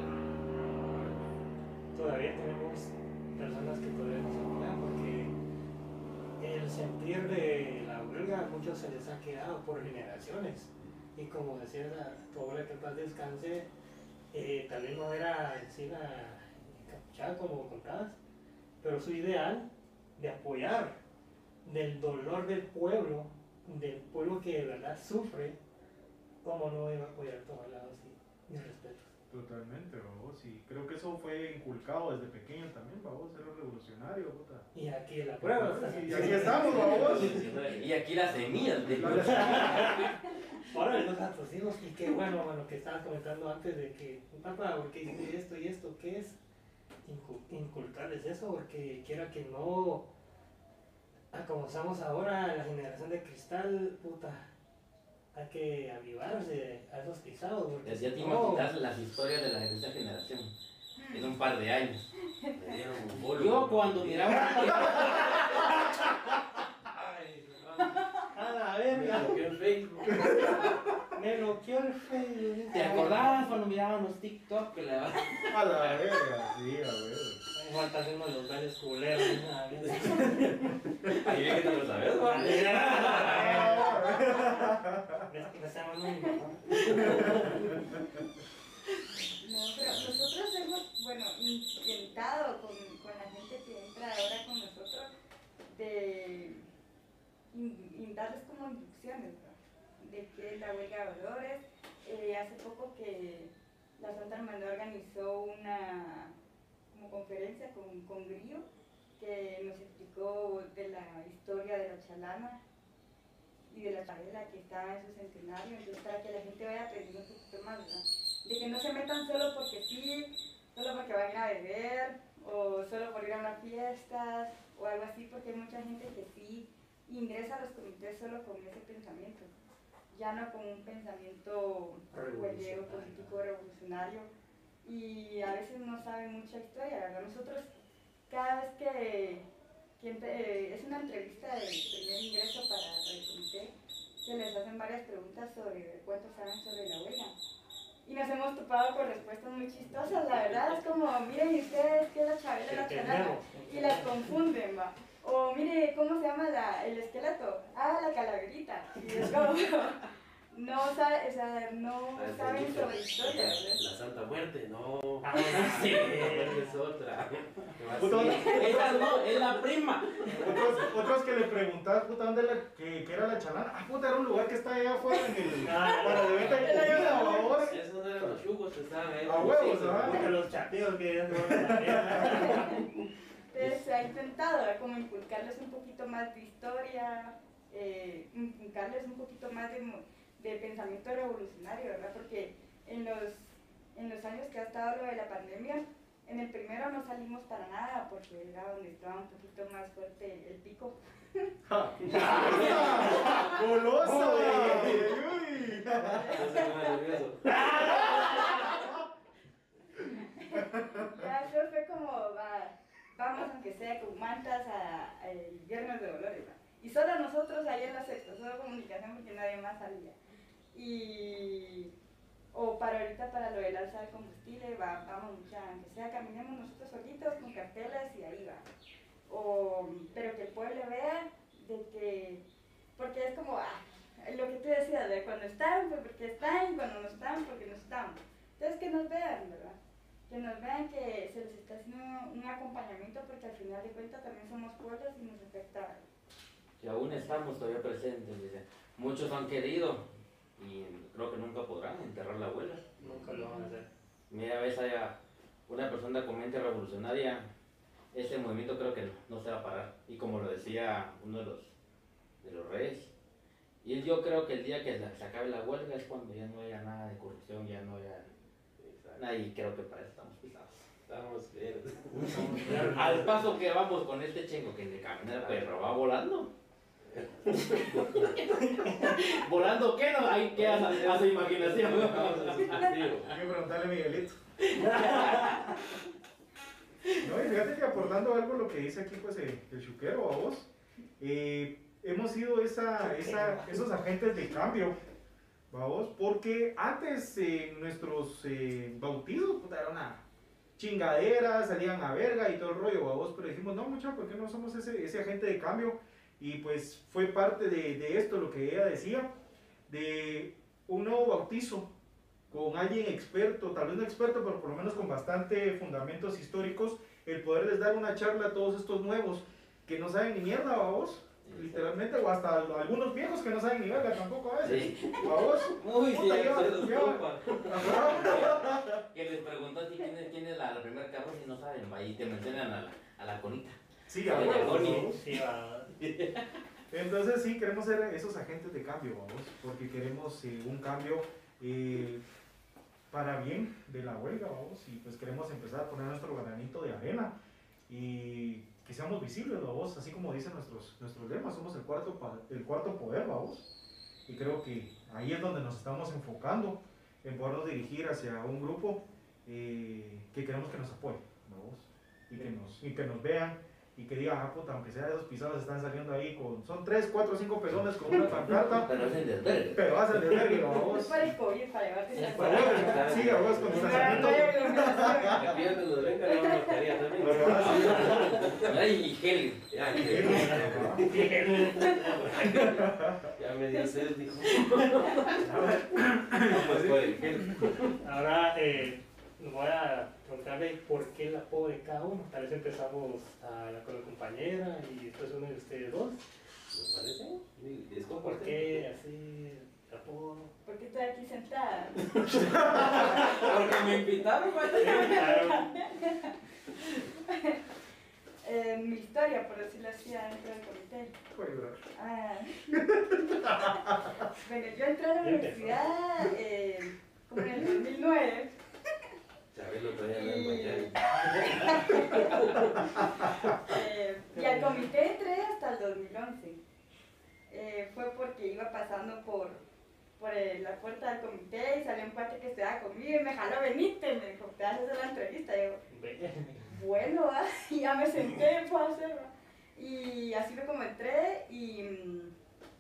Todavía tenemos personas que todavía no se apoyan porque el sentir de la huelga a muchos se les ha quedado por generaciones. Y como decía tu abuela, que en paz descanse, eh, tal vez no era en sí la encapuchada como contabas, pero su ideal de apoyar del dolor del pueblo, del pueblo que de verdad sufre, ¿cómo no iba a apoyar todos lados? Y mis respetos. Totalmente, vamos, y creo que eso fue inculcado desde pequeño también, vamos, ser un revolucionario, puta. Y aquí la prueba. Y aquí estamos, vamos. Y aquí las semillas de Ahora los datos hijos, y qué bueno, bueno, que estabas comentando antes de que, papá, ¿por qué hiciste esto y esto? ¿Qué es? Inculcarles eso, porque quiera que no, como estamos ahora, la generación de cristal, puta, hay que avivarse a esos pisados. Decía te imaginas las historias de, la, de esa generación en un par de años. Yo cuando miraba a la verga, Me bloqueó en Facebook. me bloqueó el Facebook. ¿Te acordabas cuando mirábamos los TikTok que la A la verga, sí, a ver. Falta hacer uno de los grandes culeros. ahí bien que te lo sabes, ¿no? Me está llamando mi mamá. No, pero nosotros hemos, bueno, intentado con, con la gente que entra ahora con nosotros de in, in darles como inducciones, ¿no? De qué es la huelga de valores. Eh, hace poco que la Santa Hermandad organizó una como conferencia con, con Grillo, que nos explicó de la historia de la chalana y de la chavela que está en su centenario, entonces para que la gente vaya aprendiendo un poquito más, ¿verdad? De que no se metan solo porque sí, solo porque van a ir a beber, o solo por ir a unas fiestas, o algo así, porque hay mucha gente que sí ingresa a los comités solo con ese pensamiento, ya no con un pensamiento huelguero, político, revolucionario, y a veces no saben mucha historia, ¿verdad? Nosotros, cada vez que, que eh, es una entrevista de primer ingreso para el comité, se les hacen varias preguntas sobre cuánto saben sobre la huelga. Y nos hemos topado con respuestas muy chistosas, la verdad, es como, miren ustedes qué es la chavela y la chalana, y las confunden, va. O mire, ¿cómo se llama la, el esqueleto? Ah, la calaverita. Y es como, no, sabe, o sea, no saben sobre historia, La, ¿verdad? la Santa Muerte, no. Ah, Sí. Es otra. Puta, Sí. Esa no, es la prima. Otros, otros que le preguntabas, puta, ¿dónde la, que, que era la chalana? Ah, puta, era un lugar que está allá afuera en el. Ah, para de venta de comida, babos. Esos no eran los chugos que estaban ahí. A huevos, Sí, ¿ah? Porque los chateos que ya no también. Entonces se ha intentado ¿verdad? Como inculcarles un poquito más de historia, eh, inculcarles un poquito más de, mo- de pensamiento revolucionario, ¿verdad? Porque en los, en los años que ha estado lo de la pandemia, en el primero no salimos para nada porque era donde estaba un poquito más fuerte el pico. ¡Golosa! Uy. ¡Uy! No se ponga nervioso. Ya eso fue como, va, vamos aunque sea con mantas a, a el Viernes de Dolores, ¿va? Y solo nosotros ahí en la sexta, solo comunicación porque nadie más salía. Y, o para ahorita para lo del alza de combustible, va, vamos mucha, aunque sea caminemos nosotros solitos con cartelas y ahí va. O, pero que el pueblo vea de que, porque es como, ah, lo que tú decías, de cuando están, pues porque están, y cuando no están, porque no están. Entonces que nos vean, ¿verdad? Que nos vean que se les está haciendo un acompañamiento porque al final de cuentas también somos pueblos y nos afecta. Que aún estamos todavía presentes, dice. Muchos han querido y creo que nunca podrán enterrar la abuela. Nunca lo van a hacer. Mira, ves haya una persona con mente revolucionaria, ese movimiento creo que no, no se va a parar. Y como lo decía uno de los, de los reyes, y yo creo que el día que se acabe la huelga es cuando ya no haya nada de corrupción, ya no haya nada, y creo que para eso estamos pisados. Estamos bien. Al paso que vamos con este chingo que de caminar perro va volando. ¿Volando qué? No, ahí queda a, a su imaginación. Hay que preguntarle a Miguelito. No, y fíjate que aportando algo a lo que dice aquí pues el, el chuquero, a vos, eh, hemos sido esa, esa, esos agentes de cambio, vamos, porque antes eh, nuestros eh, bautizos puta, era una chingadera, salían a verga y todo el rollo, vamos, pero dijimos, no mucha, ¿por qué no somos ese, ese agente de cambio? Y pues fue parte de, de esto lo que ella decía, de un nuevo bautizo con alguien experto, tal vez no experto, pero por lo menos con bastante fundamentos históricos, el poderles dar una charla a todos estos nuevos que no saben ni mierda, vamos, literalmente, o hasta algunos viejos que no saben ni verga tampoco a veces, Sí. vamos. Muy Puta, bien, lleva- se los lleva- compa. Ajá. Que les preguntó a ti quién es, quién es la, la primer carro si no saben, va, y te mencionan a la, a la conita. Sí, a Sí, huevo, Connie. vamos. Sí, va. Entonces sí, queremos ser esos agentes de cambio, vamos, porque queremos eh, un cambio eh, para bien de la huelga, vamos, y pues queremos empezar a poner nuestro granito de arena y que seamos visibles, vamos, así como dicen nuestros, nuestros lemas, somos el cuarto, pa- el cuarto poder, vamos, y creo que ahí es donde nos estamos enfocando, en podernos dirigir hacia un grupo eh, que queremos que nos apoye, vamos, y que nos, y que nos vean, y que digan, ah puta, aunque sea esos pisados están saliendo ahí con, son tres, cuatro, cinco personas con una pancarta, Pero es el desvergue. pero hacen de verga, Es vamos. para el COVID, para llevarte Es esa para- cosa. Sí, a vos con No, distanciamiento. no hay aglomeración. Me piden que nos vengan, no me gustaría también. Lo que van a hacer. Ay, y gel. Ya, ya me dio sed, dijo. Pues por el gel. Ahora eh, voy a preguntarle por qué el apodo de cada uno. Tal vez empezamos a la, con la compañera y después uno de ustedes dos. ¿Me parece? Es ¿Por qué así el apodo? ¿Por qué estoy aquí sentada? Porque me invitaron, güey. Claro. Eh, mi historia, por decirlo así, dentro del comité. Joder, Ah. Bueno, yo entré a la Ya empezó. universidad eh, como en el dos mil nueve. Sabes lo traía en el mañana. Eh, y al comité entré hasta el dos mil once. Eh, fue porque iba pasando por, por el- la puerta del comité y salió un cuate que estudiaba conmigo y me jaló, venite, me dijo, te haces la entrevista. Y yo, Ve. bueno, ¿va? Y ya me senté, puedo hacerlo. Y así fue como entré y mm,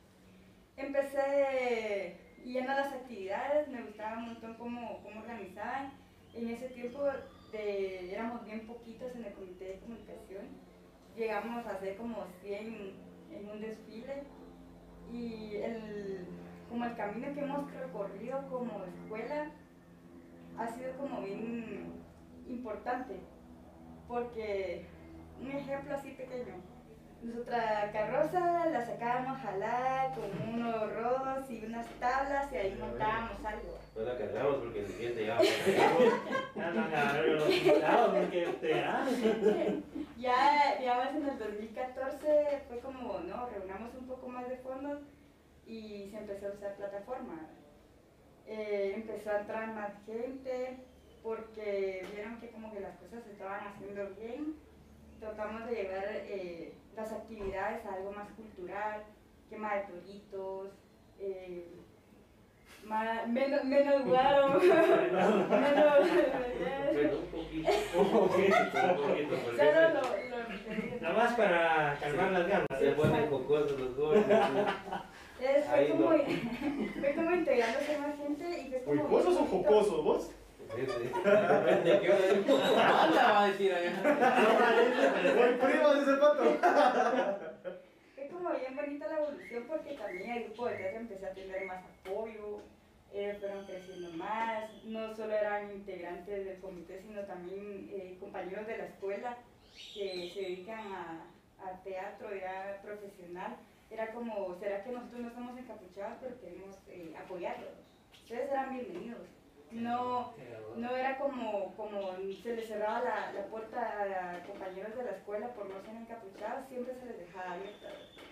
empecé yendo a las actividades, me gustaba un montón cómo, cómo organizaban. En ese tiempo de, éramos bien poquitos en el comité de comunicación, llegamos a hacer como cien en un desfile y el, como el camino que hemos recorrido como escuela ha sido como bien importante, porque un ejemplo así pequeño, nuestra carroza la sacábamos jalada con unos rodos y unas tablas y ahí montábamos algo. No la cargamos porque el siguiente ya va. No, no, no, yo lo quitaba porque te ah. Ya, digamos, en el dos mil catorce fue como, no, reunamos un poco más de fondos y se empezó a usar plataforma. Eh, empezó a entrar más gente porque vieron que como que las cosas se estaban haciendo bien. Tratamos de llevar eh, las actividades a algo más cultural, quema de toritos, eh, más, menos, menos guaro, menos... Pero un poquito, un poquito, un poquito, porque Solo lo, lo, Nada más para calmar las ganas. se ponen cocosos los jóvenes. Es, fue, Ahí como, no. fue como integrándose más gente y fue como... ¿Jocosos o jocosos vos? Sí, sí. Depende de qué hora. Manda, va a decir allá. Soy primo de ese pato. Fue como bien bonita la evolución porque también el grupo de teatro empezó a tener más apoyo, eh, fueron creciendo más, no solo eran integrantes del comité, sino también eh, compañeros de la escuela que se dedican a, a teatro ya profesional. Era como, ¿será que nosotros no estamos encapuchados pero queremos eh, apoyarlos? Ustedes eran bienvenidos. No, no era como, como se les cerraba la, la puerta a compañeros de la escuela por no ser encapuchados, siempre se les dejaba abierta.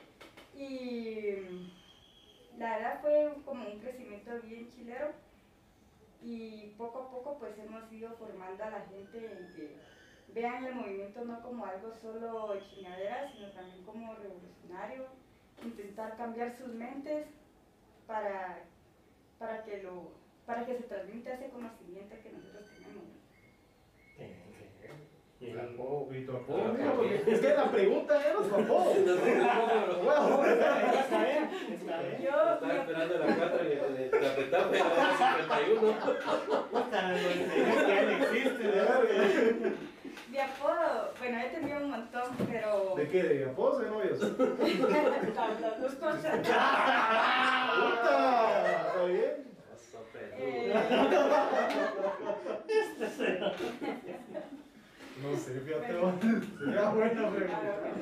Y la verdad fue como un crecimiento bien chilero y poco a poco pues hemos ido formando a la gente en que vean el movimiento no como algo solo chingadera, sino también como revolucionario, intentar cambiar sus mentes para, para que lo... para que se transmita ese conocimiento que nosotros tenemos. Y El el apodo, y tu apodo, mira, porque es que la pregunta era tu apodo. Bueno, Está bien, está bien. Yo, Estaba mi, esperando la cuatro y le apretaba pero era cincuenta y uno. Puta, no sé, ya no existe, de verdad. mi apodo, bueno, he tenido un montón, pero... ¿de qué? ¿De apodos o de novios? Las las dos cosas. ¡Puta! ¿Está bien? Eh, No sé, fíjate, sería buena pregunta.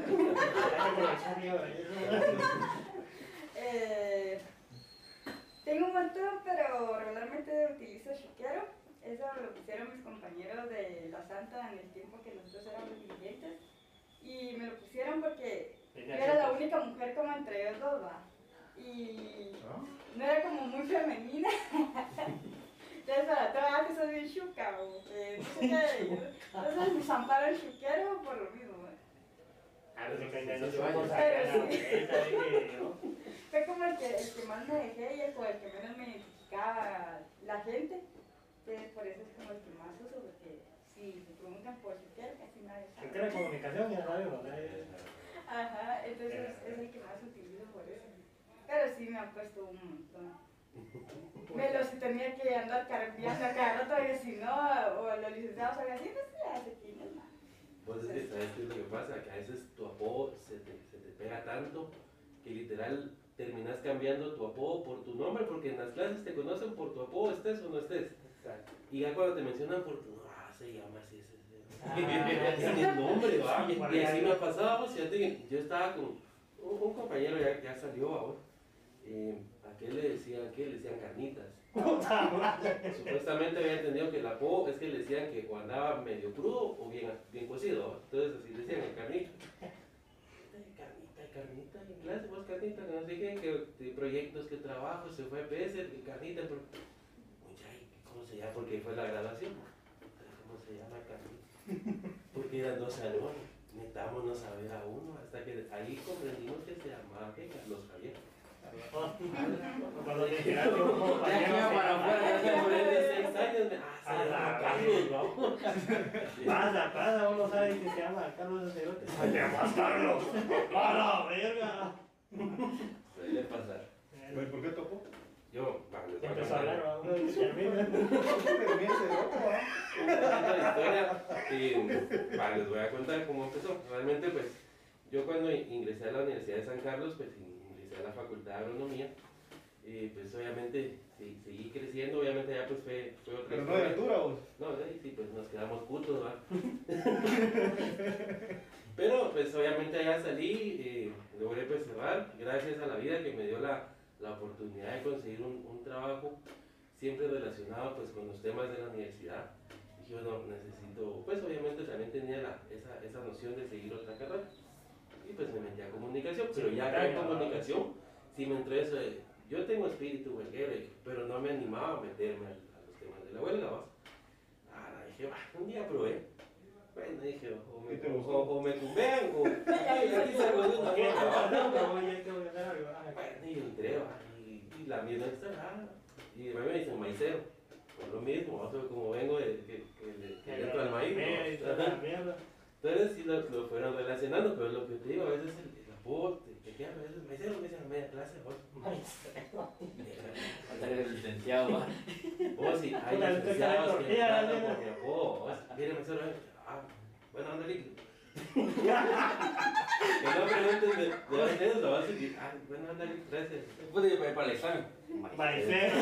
eh, tengo un montón, pero regularmente utilizo Shuquero. Eso me lo pusieron mis compañeros de la Santa en el tiempo que nosotros éramos dirigentes. Y me lo pusieron porque yo era la única mujer como entre ellos dos, ¿va? Y no era como muy femenina. Entonces para todo, ah, que sos bien chuca, o que no sé qué. Entonces me zamparon Shuquero por lo mismo, ¿va? A ver, que no se vamos a sacar la vuelta, ¿no? Fue como el que, el que más me dejé y el con el que menos me identificaba la gente. Entonces por eso es como el que más uso, porque si me preguntan por Shuquero casi nadie sabe. Porque la comunicación ya sabemos, ¿no? Ajá, entonces es el que más utilizo por eso. Pero sí me han puesto un montón. Me los tenía que andar cambiando a cada rato, porque si no, o los licenciados habían así, no sé, hace tiempo, ¿no? Pues es que sabes qué es lo que pasa, que a veces tu apodo se te, se te pega tanto que literal terminas cambiando tu apodo por tu nombre, porque en las clases te conocen por tu apodo, estés o no estés. Exacto. Y ya cuando te mencionan por tu, ah, se llama así, ese, ese. Ah, Tiene el nombre, va. Y, por y ahí así hay- me ha pasado, fíjate que yo estaba con un, un compañero ya, ya salió ahora. Eh, ¿A qué le decían? ¿Qué le decían? Carnitas. Supuestamente había entendido que el apodo es que le decían que o andaba medio crudo o bien, bien cocido, ¿va? Entonces así le decían el carnita. Carnita, carnita, en clase vos carnita, que no sé qué, que de proyectos, que trabajo, se fue a P S, que carnita, pero... Mucha, ¿cómo se llama? Porque fue la graduación. ¿Cómo se llama carnita? Porque eran dos años, metámonos a ver a uno, hasta que ahí comprendimos que se llamaba que Carlos Javier. Cuando te enteraste un Ya compañero que iba se para llama- afuera, Ya por él de seis años, me- ah, se A llama la Carlos, ¿no? Pasa, pasa, uno sabe que se llama Carlos Acerote. Se llama Carlos. ¡A la verga! Suele pasar. Güey, ¿por qué topó? Yo, vale, les voy a Empezó a contar hablar, ¿no? Uno dice, termina. Termínese, ¿no? una historia y vale, les voy a contar cómo empezó. Realmente, pues, yo cuando ingresé a la Universidad de San Carlos, pues ingresé a la Facultad de Agronomía, y pues obviamente sí, seguí creciendo, obviamente ya pues fue, fue otra Pero no de historia. altura, vos. No, de ahí sí, pues nos quedamos putos, ¿va? Pero pues obviamente allá salí, eh, logré pues cerrar, gracias a la vida que me dio la, la oportunidad de conseguir un, un trabajo siempre relacionado pues con los temas de la universidad. Dije, bueno, necesito, pues obviamente también tenía la, esa, esa noción de seguir otra carrera. Y pues me metí a comunicación, pero ya acá en comunicación sí me entró eso de, yo tengo espíritu huelguero, pero no me animaba a meterme a, a los temas de la huelga, ¿vas? Ah, dije, va, un día probé. Bueno, dije, o me, o, o me tumbean, o ay, aquí salgo de una forma. Bueno, y entré, va, y, y la misma está, y me dicen maicero, por lo mismo, o sea, como vengo de que, que, que dentro del maíz, ¿no? Entonces sí lo, lo fueron relacionando, pero lo que te digo, a veces el, el aporte, que queda a veces maicero, me dicen a media clase, vos. Hasta que el licenciado, ¿va? Vos sí, hay licenciados que me tratan por mi apodo, vos, viene maicero, ah, bueno, anda líquido. Que no pregunten de, de dónde es, lo vas a decir, ah, bueno, anda líquido, gracias. Después de ir para el examen. Maicero.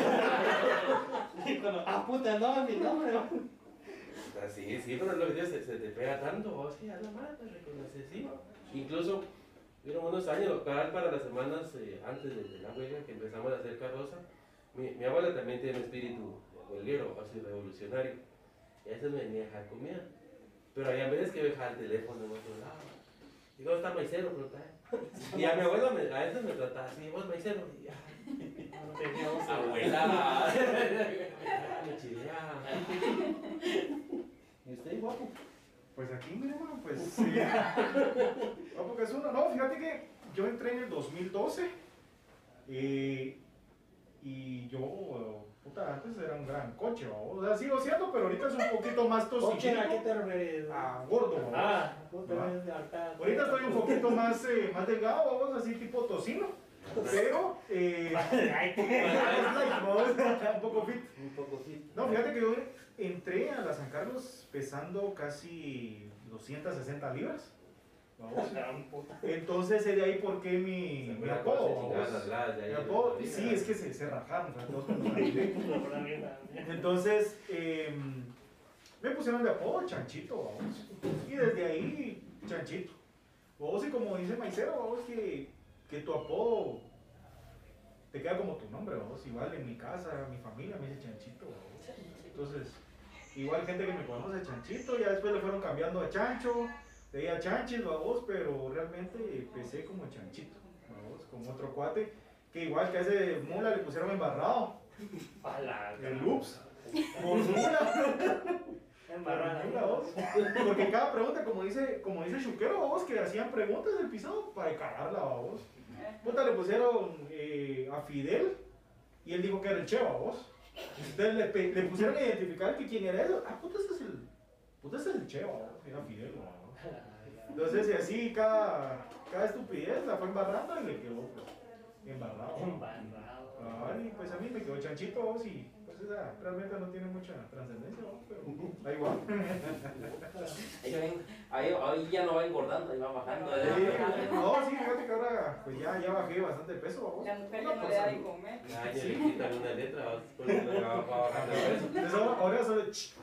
Ah, puta, no, mi nombre. Sí, sí, pero lo que digo, se, se te pega tanto, vos sí, a la madre, te reconoces, sí. Incluso, hubieron unos años, para, para las semanas eh, antes de, de la huelga, que empezamos a hacer carroza, mi, mi abuela también tiene un espíritu huelguero, así revolucionario, y a veces me venía a dejar comida. Pero había veces que dejaba el teléfono en otro lado. Y luego está maicero, pero y a mi abuela me, a veces me trataba así, vos maicero, y ya. Abuela. Me chileaba. ¿Y usted, guapo? Pues aquí, mira, man, pues. Eh, guapo que es uno. No, fíjate que yo entré en el dos mil doce. Eh, y yo, puta, antes era un gran coche, ¿no? O sea, sigo siendo, pero ahorita es un poquito más ¿Coche a qué tocinito. te refieres? Ah, gordo, ¿no? Ah, puta, es de acá. Ahorita estoy un poquito más, eh, más delgado, vamos, así tipo tocino. Pero, eh, Ay, un poco fit. Un poco fit. No, fíjate que yo entré a la San Carlos pesando casi doscientas sesenta libras. Vamos. gran puta. Entonces, es de ahí por qué mi, mi apodo. vamos. Mi apodo, sí, es que se, se rajaron. O sea, todos cuando salí. Entonces, eh, me pusieron de apodo Chanchito, vamos. Y desde ahí, Chanchito. Vos, y como dice Maicero, vamos, que, que tu apodo te queda como tu nombre, vamos. Igual en mi casa, mi familia me dice Chanchito, vamos. Entonces, igual gente que me conoce Chanchito, ya después le fueron cambiando a Chancho, de ahí a Chanchis, vamos, pero realmente empecé como Chanchito, vamos, con otro cuate, que igual que a ese mula le pusieron embarrado, el Loops, por mula. Embarrada. Mula, vos. Porque cada pregunta, como dice, como dice Chuquero, vos, que hacían preguntas del pisado para cagarla, vos. Puta, le pusieron eh, a Fidel y él dijo que era el Cheva, vos. Entonces le, pe- le pusieron a identificar que quién era él. Ah, puta, ese es el, puta, ese es el Cheva, vos. Era Fidel, vos. Entonces, y así cada, cada estupidez la fue embarrando y le quedó pues, embarrado. Embarrado. Ah, y pues a mí me quedó Chanchito, vos, y pues esa realmente no tiene mucha trascendencia, vos, pero da igual. Ahí, ven- ahí, ahí ya no va engordando, ahí va bajando. ¿eh? Sí, no, sí, fíjate que ahora pues ya, ya bajé bastante peso, vos. La mujer No, ya no por le da de salud. comer. Ay, ya le quitan una letra, vas por eso va bajando el peso. Entonces ahora, ahora solo ch,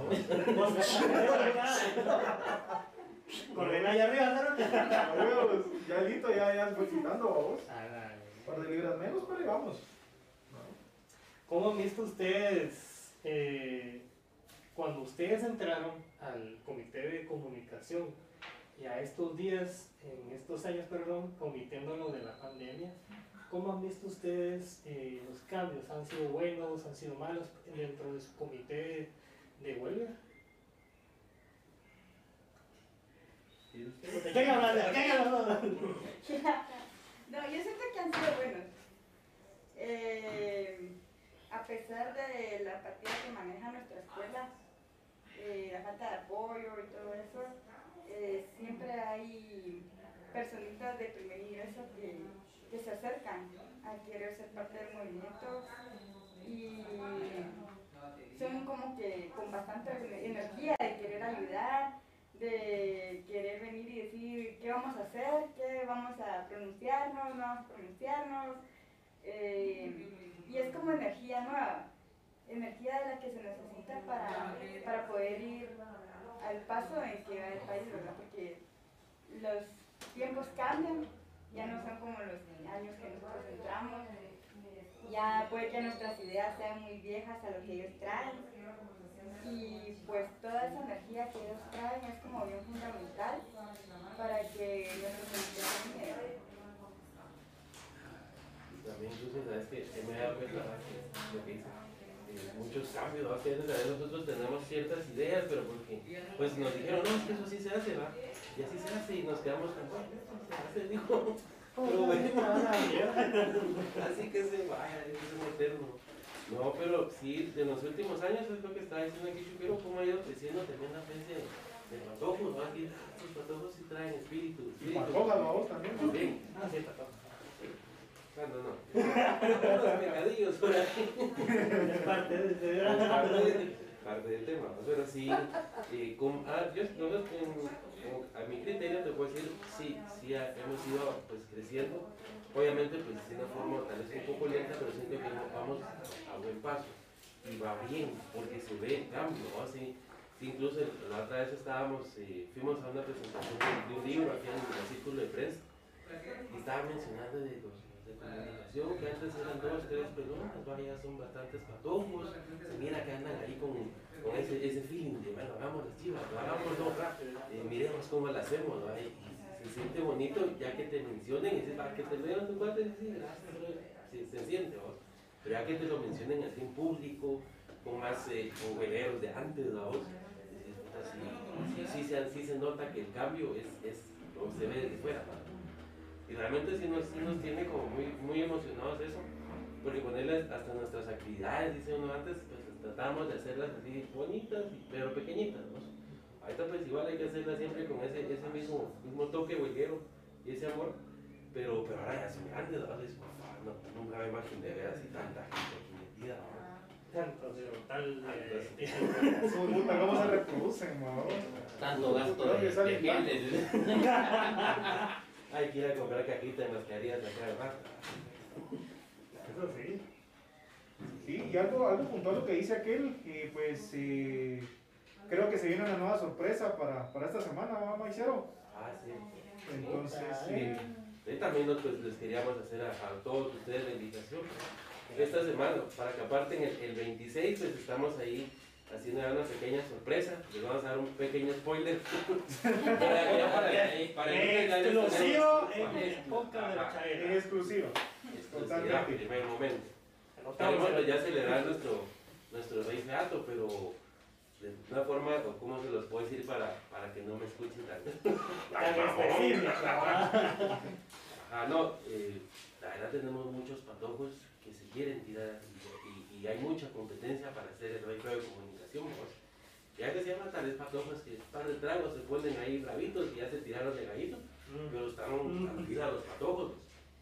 Coordena allá arriba, ¿no? a huevos, ya listo, ya, ya fue quitando, vos. Un par de libras menos, pero ahí vamos. ¿Cómo han visto ustedes eh, cuando ustedes entraron al comité de comunicación y a estos días, en estos años, perdón, omitiendo lo de la pandemia, ¿cómo han visto ustedes eh, los cambios? ¿Han sido buenos, han sido malos dentro de su comité de huelga? ¿De qué hablan? ¿De qué hablan? No, yo siento que han sido buenos. Eh, a pesar de la apatía que maneja nuestra escuela, eh, la falta de apoyo y todo eso, eh, siempre hay personitas de primer ingreso que, que se acercan a querer ser parte del movimiento y son como que con bastante energía de querer ayudar, de querer venir y decir qué vamos a hacer, qué vamos a pronunciarnos, no vamos a pronunciarnos. Eh, y es como energía nueva, energía de la que se necesita para, para poder ir al paso en que va el país, ¿verdad? Porque los tiempos cambian, ya no son como los años que nosotros entramos, ya puede que nuestras ideas sean muy viejas a lo que ellos traen, y pues toda esa energía que ellos traen es como bien fundamental para que nuestro país cambie. También incluso sabes que he me he dado cuenta que lo que dice, eh, muchos cambios, ¿va? Que a veces nosotros tenemos ciertas ideas, pero porque pues nos dijeron, no, es que eso sí se hace, ¿va? Y así se hace y nos quedamos con, bueno, eso se hace, dijo, pero bueno, así que se vaya, eso es un eterno. No, pero sí, de los últimos años es lo que está diciendo aquí Chuquero, cómo ha ido creciendo también la frente de, de patojos, ¿va? Que estos patojos sí traen espíritu. Y espíritu. patojas, ¿no? Vos también. También. Ah, sí, patojas. Ah, no, no. Unos pecadillos por ahí. Es parte de este. Parte, de- parte del tema. Pero sí, eh, con, ah, yo, nosotros, en- en- a mi criterio te puedo decir, sí, sí ha- hemos ido pues, creciendo. Obviamente, pues de una forma tal vez un poco lenta, pero siento que vamos a buen paso. Y va bien, porque se ve el cambio, ¿no? Sí, sí, incluso la otra vez estábamos, eh, fuimos a una presentación de, de un libro aquí en el círculo de prensa. Y estaba mencionando de los de comunicación, que antes eran dos, tres personas, vaya, son bastantes patojos, se mira que andan ahí con, con ese, ese feeling de, bueno, hagamos las chivas, hagámoslo, eh, miremos cómo lo hacemos, ¿no? Y, y se siente bonito ya que te mencionen, y dices, para que te lo digan tu cuate, sí, gracias, bro. Sí, se siente, ¿no? Pero ya que te lo mencionen así en público, con más, eh, con veleros de antes, ¿no? Sí, sí, sí, se, sí se nota que el cambio es, es como se ve desde fuera, ¿no? Y realmente sí nos, sí nos tiene como muy, muy emocionados eso, porque ponerles hasta nuestras actividades, dice uno antes, pues tratamos de hacerlas así bonitas, pero pequeñitas, ¿no? Ahorita pues igual hay que hacerlas siempre con ese, ese mismo, mismo toque huequero y ese amor, pero, pero ahora ya son grandes, ¿no? Es, por favor, no, nunca me imaginé ver así tanta gente aquí metida, ¿no? Tanto de tal. eh, Puta, ¿cómo se reproducen, ¿no? Tanto gasto Creo de, que de salen geles. Hay que ir a comprar cajita de mascarillas acá, ¿verdad? Eso sí. Sí, y algo, algo puntual lo que dice aquel, que pues eh, creo que se viene una nueva sorpresa para, para esta semana, ¿va, Maicero? Ah, sí. Entonces, Sí. eh, Y también nosotros les queríamos hacer a, a todos ustedes la invitación. Esta semana, para que aparten el, el veintiséis, pues estamos ahí haciendo ya una pequeña sorpresa. Les vamos a dar un pequeño spoiler. para, ya para, para el lunes ya les Exclusivo tenemos- en el podcast de la en Chaira. exclusiva. Exclusividad, Totalmente. primer momento. Anotamos Queremos el- ya celebrar nuestro, nuestro rey feato, pero de una forma, o cómo se los puedo decir para, para que no me escuchen tan. tan específico, ¿verdad? Ah, no, eh, la verdad tenemos muchos patojos que se quieren tirar y, y- y hay mucha competencia para hacer el rey feo de comunicación, ¿no? Ya que se llaman tales patojos que par de tragos se ponen ahí bravitos y ya se tiraron de gallito, pero están a la vida los patojos.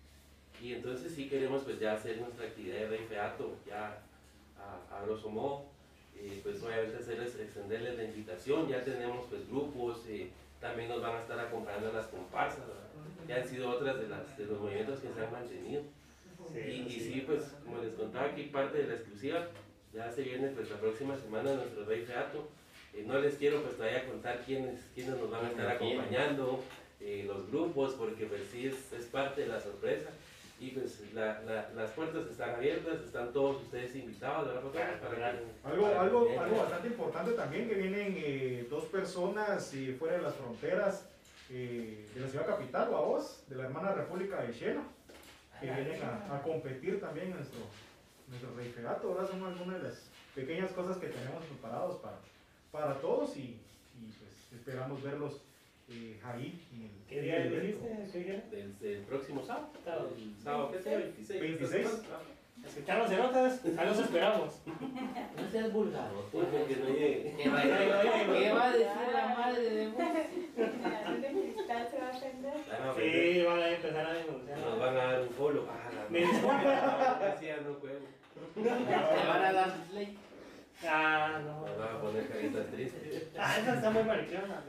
Y entonces sí queremos pues ya hacer nuestra actividad de rey feato, ya a, a grosso modo, eh, pues obviamente hacerles, extenderles la invitación, ya tenemos pues grupos, eh, también nos van a estar acompañando las comparsas, ¿verdad? Que han sido otras de, las, de los movimientos que se han mantenido. Sí, Y, y sí. sí, pues como les contaba aquí parte de la exclusiva, ya se viene pues la próxima semana nuestro rey feato. Eh, no les quiero pues todavía contar quiénes, quiénes nos van a estar acompañando, eh, los grupos, porque pues sí es, es parte de la sorpresa. Y pues la, la, las puertas están abiertas, están todos ustedes invitados, ¿verdad, papá? Para que- Algo, para que algo, vengan. algo bastante importante también, que vienen eh, dos personas eh, fuera de las fronteras eh, de la ciudad capital, o a vos, de la hermana República de Xena, que vienen a, a competir también en nuestro, nuestro rey feato. Ahora son algunas de las pequeñas cosas que tenemos preparados para, para todos y, y pues esperamos verlos eh, ahí. En el, ¿Qué en día el evento. dijiste? ¿Qué día? Desde el próximo sábado. Sábado. El sábado, ¿qué sea? veintiséis. veintiséis. Escuchar los cerotas, ahí los esperamos. No seas vulgar. Porque no llegue. ¿Qué va, ¿Qué va a decir la madre de vos? La generación de cristal se va a ofender. Ah, no, Sí, van a empezar a denunciar. nos van a dar un follow. Ah, la Me disculpa. no, decía, no juego. Te van a dar dislike. Ah, no. Nos van a poner caritas tristes. Ah, esa está muy mariqueona.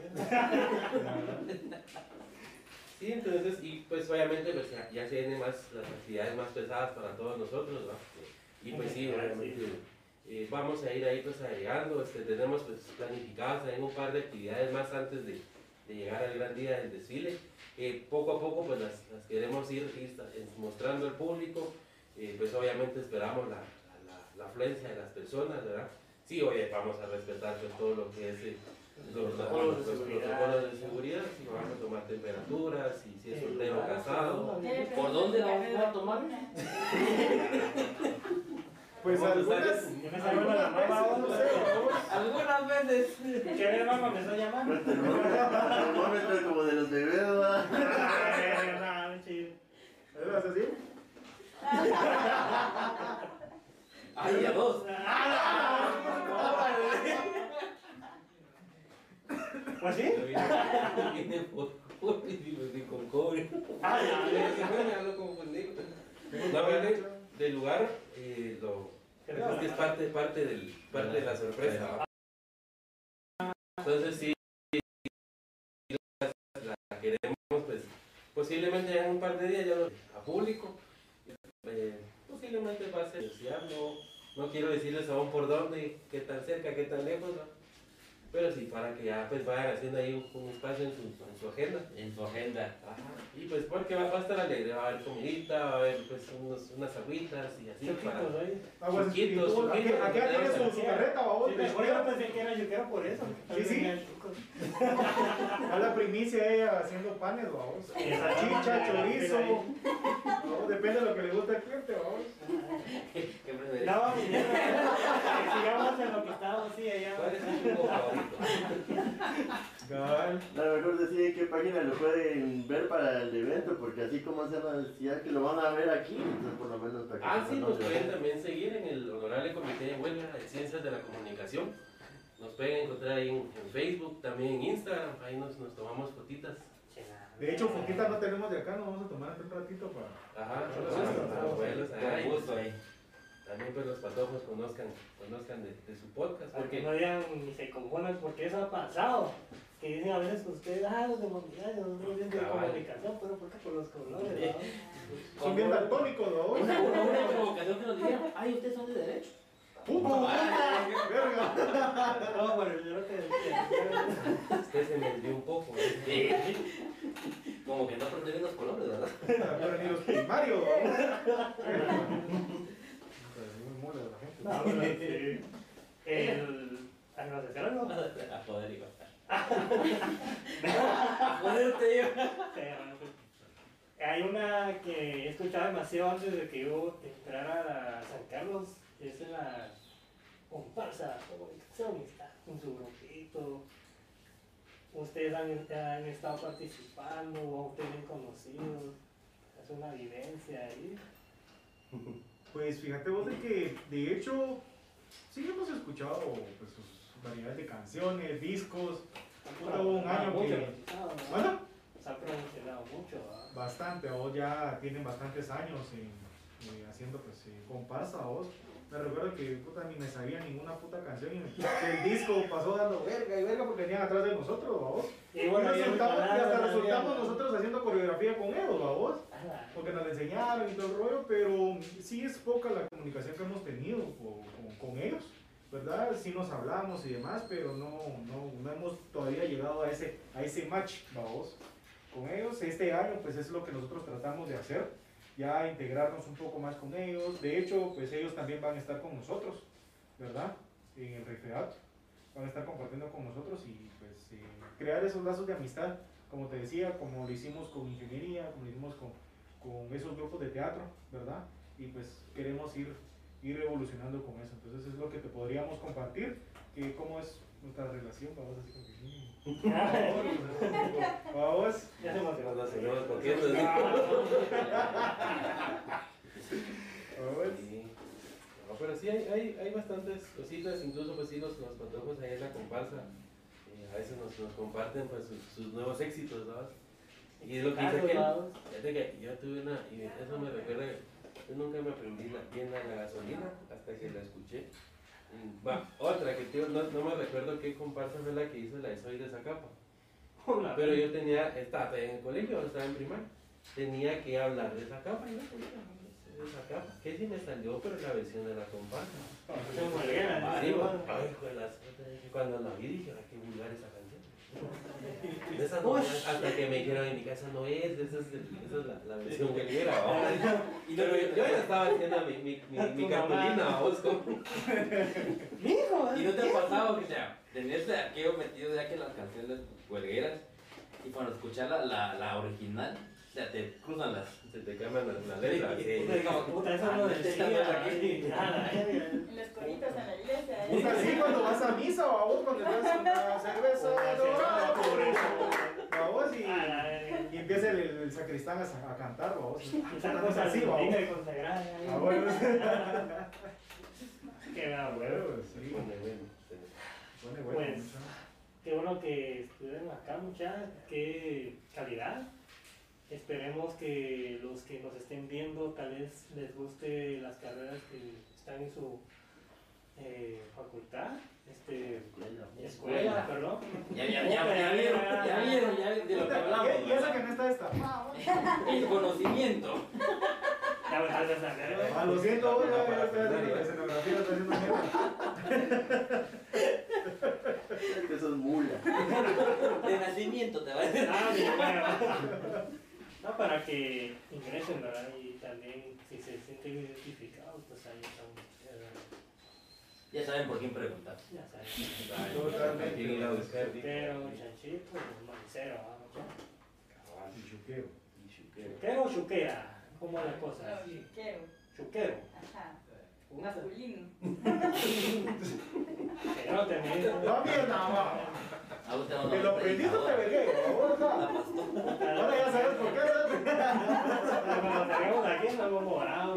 Sí, entonces, y pues obviamente pues ya, ya se vienen más las actividades más pesadas para todos nosotros, ¿no? Y pues sí, obviamente Eh, vamos a ir ahí pues agregando, este, tenemos pues planificadas también un par de actividades más antes de, de llegar al gran día del desfile. Eh, poco a poco pues las, las queremos ir, ir mostrando al público, eh, pues obviamente esperamos la, la, la afluencia de las personas, ¿verdad? Sí, oye, vamos a respetar pues todo lo que es eh, los, los, protocolos los de seguridad. protocolos de seguridad, si vamos a tomar temperaturas, si, si es soltero o casado. ¿Por dónde la vamos a tomar? Pues Vamos a algunas, usar- Yo me salgo algunas la mamá, veces, no sé, vamos. Algunas veces. ¿Qué ve, mamá? ¿Me está llamando? El termómetro como de los bebés, ¿verdad? Ah, no, chido. ¿Lo haces así? Ay, a dos. ¿Pues sí? Viene por y con cobre. Ah, ya, ya. Ya lo confundí. No, viene del lugar, eh, lo, es que es parte, parte, del, parte de la sorpresa. Entonces, sí, la, la queremos, pues, posiblemente ya en un par de días ya lo a público. Eh, posiblemente va a ser social, no, no quiero decirles aún por dónde, qué tan cerca, qué tan lejos, ¿no? Pero sí, para que ya pues vayan haciendo ahí un, un espacio en su, en su agenda. En su agenda. Ajá. Y pues porque va, va a estar alegre, va a haber comidita, va a haber pues unos, unas agüitas y así para... Choquitos, oye. Aguas Chiquitos, espirituos. Aquí chiquitos, aquí ya tienes su, tenemos su carreta, babos. Sí, después yo pensé que era yuquero por eso. Sí, sí. A la primicia ella haciendo panes, babos. Salchicha, chorizo. Babos, depende de lo que le gusta al cliente, babos. ¿Qué prefieres? No, mi mierda. Sigamos en lo que estábamos, sí, allá. ¿Cuál es tu jugo favorito? Cabal. A lo mejor decir en qué página lo pueden ver para el evento, porque así como se llama, ya que lo van a ver aquí, entonces por lo menos para que Ah, sí, sepan nos dónde pueden va. también seguir en el Honorable Comité de Huelga de Ciencias de la Comunicación. Nos pueden encontrar ahí en, en Facebook, también en Instagram, ahí nos, nos tomamos fotitas. De hecho, foquitas no tenemos de acá, nos vamos a tomar un ratito para. Ajá, Con los, gusto. los abuelos, Con ay, gusto ahí. también pues los patojos conozcan, conozcan de, de su podcast, Para que porque no digan ni se confundan, porque eso ha pasado. Que dicen a veces que ustedes, ah, los de movilidad, los de de Cabal. comunicación, pero ¿por qué por los colores? ¿verdad? Son bien daltónicos, babos. Una, una, una provocación que nos dijeron, ay, ustedes son de derecho. ¡Puta! ¡Verga! No, pero yo lo que decía. usted se me dio un poco. ¿eh? Sí. Como que no aprendieron los colores, ¿verdad? Pero ni los primarios, babos. Muy mole la gente. No, pero sí. El. ¿A los de cero no? A poder igual. A poder te digo. Hay una que he escuchado demasiado antes de que yo entrara a San Carlos, es la comparsa, comunicación, está con su grupito. Ustedes han, han estado participando, o ustedes bien conocidos, es una vivencia ahí. Pues fíjate vos de que, de hecho, sí hemos escuchado pues, sus variedades de canciones, discos. Puta, hubo un año mucho, que. no, no, Bueno, se ha promocionado mucho. ¿verdad? bastante, a vos ya tienen bastantes años en, eh, haciendo pues eh, comparsa, a vos. Me recuerdo que puta ni me sabía ninguna puta canción y me- el disco pasó dando verga y verga porque venían atrás de nosotros, ¿va vos? Y Y, bueno, ahí resultamos- y palabras hasta también, resultamos ¿no? nosotros haciendo coreografía con ellos, ¿va vos? Ah, Porque nos la enseñaron y todo el rollo, pero sí es poca la comunicación que hemos tenido con, con- con ellos, ¿verdad? Sí nos hablamos y demás, pero no, no, no hemos todavía llegado a ese, a ese match, vamos, con ellos. Este año pues es lo que nosotros tratamos de hacer, ya integrarnos un poco más con ellos. De hecho, pues ellos también van a estar con nosotros, ¿verdad? En el refeato, van a estar compartiendo con nosotros y pues eh, crear esos lazos de amistad, como te decía, como lo hicimos con ingeniería, como lo hicimos con, con esos grupos de teatro, ¿verdad? Y pues queremos ir, ir evolucionando con eso. Entonces es lo que te podríamos compartir, que cómo es nuestra relación, vamos así como que... mm, Vamos, vamos. ya se emocionó. Nos seguimos cogiendo, ¿sí? Vamos. Sí. No, pero sí hay, hay, hay bastantes cositas, incluso pues sí los, los patojos ahí en la comparsa, eh, a veces nos, nos comparten pues sus, sus nuevos éxitos, ¿no? Y es lo que dice aquel, fíjate que yo tuve una, y eso me recuerda, yo nunca me aprendí la tienda de la gasolina hasta que la escuché. Y, va, otra que tío, no, no me recuerdo qué comparsa fue la que hizo la de Soy de Zacapa. Pero yo tenía, estaba en el colegio, estaba en primaria, tenía que hablar de Zacapa y no tenía, esa capa, que sí me salió, pero la versión de la comparsa. Se huelguera, Sí, ¿sí? ay, hijo de la suerte, dije, cuando la vi dije, ay, qué vulgar esa canción. Esa no es, hasta que me dijeron en mi casa no es, esa es, el- esa es la, la versión huelguera, ¿va? Y Pero yo, yo ya estaba haciendo mi, mi, mi, mi cartulina, vos, como- Hijo, ¿Y no te ha pasado que sea, tenías aquello metido ya que las canciones huelgueras y cuando escuchas la, la, la original, o sea, te cruzan las... se te cambian las la letras, sí. Puta, como, puta, eso ah, no esta decía, no es aquí. nada, eh. En los coritos en la iglesia. ¿eh? Puta, sí, cuando vas a misa o a vos cuando estás una cerveza dorada, a vos y, Ah, la verga. y empieza el, el sacristán a, a cantar, a vos. Esa Una cosa cosa así, va linda vos. y consagrada, eh. Ah, bueno, Qué da huevo. bueno, sí. Bueno, bueno, sí. Bueno, bueno, Pues, mucho. qué bueno que estuvieron acá, muchachos, qué calidad. Esperemos que los que nos estén viendo tal vez les guste las carreras que están en su eh, facultad, este, escuela, Escuela. perdón. Ya, ya, ya, ya vieron, ya vieron, ya de lo que hablamos. Y, y eso ¿verdad? que no está destapado. El conocimiento. Ya me estás desangando. Ah, lo siento, vos, ya, ya estoy haciendo la escenografía, estoy haciendo mierda. Es que sos mula. De nacimiento te va a decir. Ah, mi huevo. No, para que ingresen, ¿verdad? Y también si se sienten identificados, pues ahí están ustedes, ¿verdad? Ya saben por quién preguntar. Ya saben. ¿A quién ir a buscar? Pero, chanchito, manicero, vamos. Y chuqueo. ¿Chuquero o chuquera? ¿Cómo es la cosa? No, chiquero. Chuquero. Ajá. Masculino. Que no te mides. No, mierda, va. A usted no Te lo aprendiste, te vergué, por favor, acá. Ahora ya sabes por qué, ¿verdad? Cuando tenemos aquí estamos morados.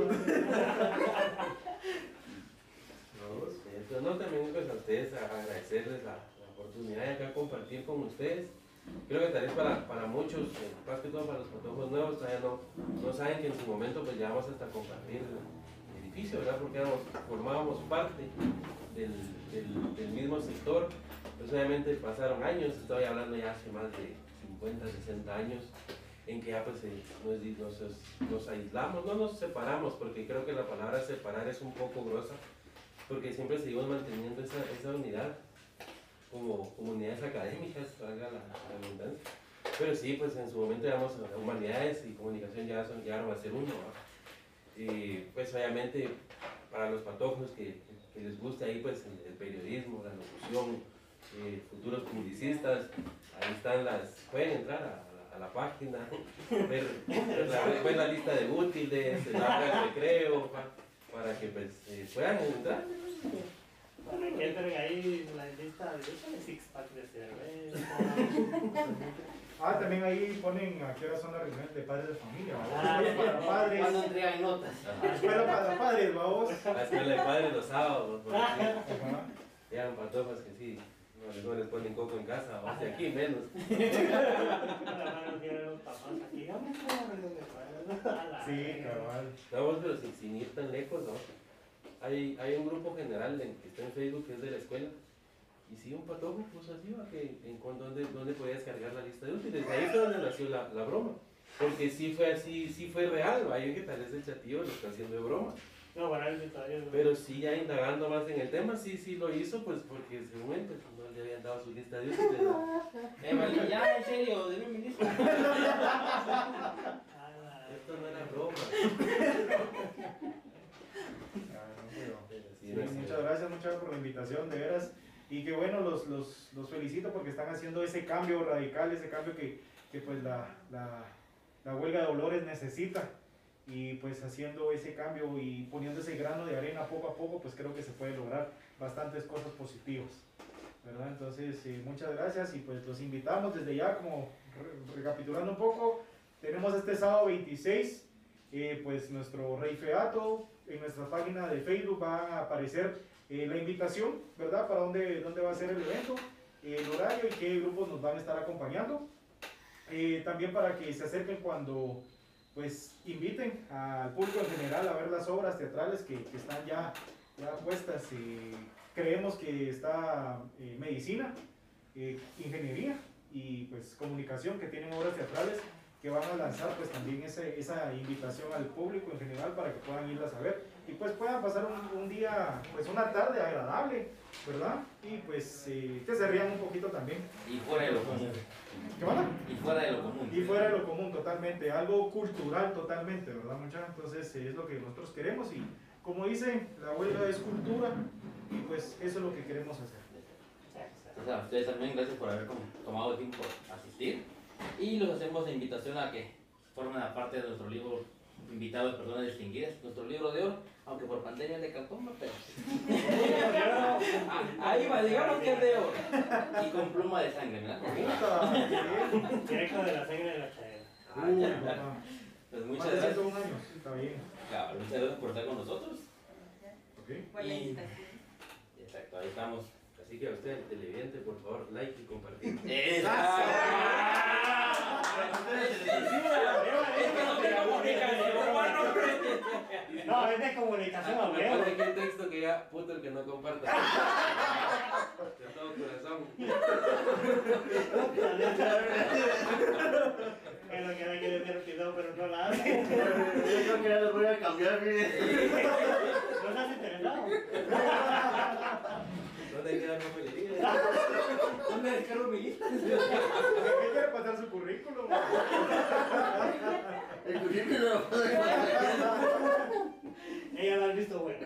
No, cierto. No, también pues a ustedes a agradecerles la, la oportunidad de acá compartir con ustedes. Creo que tal vez para, para muchos, eh, más que todo para los patojos nuevos, todavía no, no saben que en su momento pues ya vamos hasta compartir el edificio, ¿verdad? Porque éramos, formábamos parte del, del, del mismo sector. Pues obviamente pasaron años, estoy hablando ya hace más de cincuenta, sesenta años, en que ya pues eh, nos, nos, nos aislamos, no nos separamos, porque creo que la palabra separar es un poco grosa, porque siempre seguimos manteniendo esa, esa unidad como comunidades académicas, valga la, la redundancia. Pero sí, pues en su momento, digamos, humanidades y comunicación ya son, llegaron a ser uno, ¿no? Y pues obviamente para los patojos que, que les guste ahí pues el, el periodismo, la locución, eh, futuros publicistas, ahí están las, pueden entrar a, a, la, a la página, ver, ver, la, ver la lista de útiles, el área de recreo, pa, para que pues eh, puedan entrar. Para que entren ahí la lista de six pack de cerveza. Ah, también ahí ponen a qué hora son las reuniones de padres de familia, Ah, ¿va? Para padres. Cuando entregan notas. Escuela para padres, vamos. La escuela de padres los sábados, porque sí, Ajá. llegan patojos que sí, no, les- no les ponen coco en casa, o sea, aquí menos. Los papás aquí, vamos a ver dónde fue. Sí, cabal. No, pero sin, sin ir tan lejos, ¿no? Hay, hay un grupo general en, que está en Facebook que es de la escuela. Y sí, un patojo puso así, ¿va? Que en cuan- donde, donde podías cargar la lista de útiles. Ahí fue donde nació la, la broma. Porque sí fue así, sí fue real. ¿Va? Yo que tal vez el chatillo lo está haciendo de broma. No, bueno, el detalle es. Pero sí, ya indagando más en el tema, sí, sí lo hizo, pues porque según él, pues, no le habían dado su lista de útiles, ¿no? Eh, vale, ya, en serio, deme mi lista. Esto no era broma. Ah, no, pero- Pero sí, Sí, no sé. muchas gracias, muchas gracias por la invitación, de veras. Y que bueno, los, los, los felicito porque están haciendo ese cambio radical, ese cambio que, que pues la, la, la huelga de Dolores necesita. Y pues haciendo ese cambio y poniendo ese grano de arena poco a poco, pues creo que se puede lograr bastantes cosas positivas, ¿verdad? Entonces, eh, muchas gracias y pues los invitamos desde ya, como re- recapitulando un poco, tenemos este sábado veintiséis, eh, pues nuestro Rey Feato, en nuestra página de Facebook va a aparecer eh, la invitación, ¿verdad? Para dónde, dónde va a ser el evento, eh, el horario y qué grupos nos van a estar acompañando. Eh, también para que se acerquen cuando pues inviten al público en general a ver las obras teatrales que, que están ya, ya puestas. Eh, creemos que está eh, medicina, eh, ingeniería y pues comunicación, que tienen obras teatrales que van a lanzar pues también ese, esa invitación al público en general para que puedan irlas a ver y pues puedan pasar un, un día, pues una tarde agradable, ¿verdad? Y pues eh, que se rían un poquito también. Y fuera de lo común. ¿Qué van? Y fuera de lo común. Y fuera de lo común totalmente, algo cultural totalmente, ¿verdad, muchachos? Entonces eh, es lo que nosotros queremos y como dice, la huelga es cultura y pues eso es lo que queremos hacer. Entonces, a ustedes también gracias por haber como tomado el tiempo por asistir y los hacemos la invitación a que formen parte de nuestro libro invitados, personas distinguidas, nuestro libro de oro, aunque por pandemia de cartón, pero ahí va, digamos que es de oro y con pluma de sangre, ¿verdad? Directo de la sangre de la cadera. Ah, ya. Pues muchas Más de gracias. ciento un años, está bien. Claro, muchas gracias por estar con nosotros. Ok. Por la Y- invitación. Exacto, ahí estamos. Así que a usted, televidente, por favor, like y compartir. No, es de comunicación a Me huevo. pone aquí el texto que ya, puto el que no comparta. De todo corazón. Es lo que hay que decir pido, pero no la hace. Yo creo que ya los voy a cambiar, mire. No estás interesado. ¿Dónde hay que dar papelería? ¿Dónde descargo mi lista? ¿Qué quiere pasar su currículum? El currículum lo puedo encontrar. Ella la has visto bueno.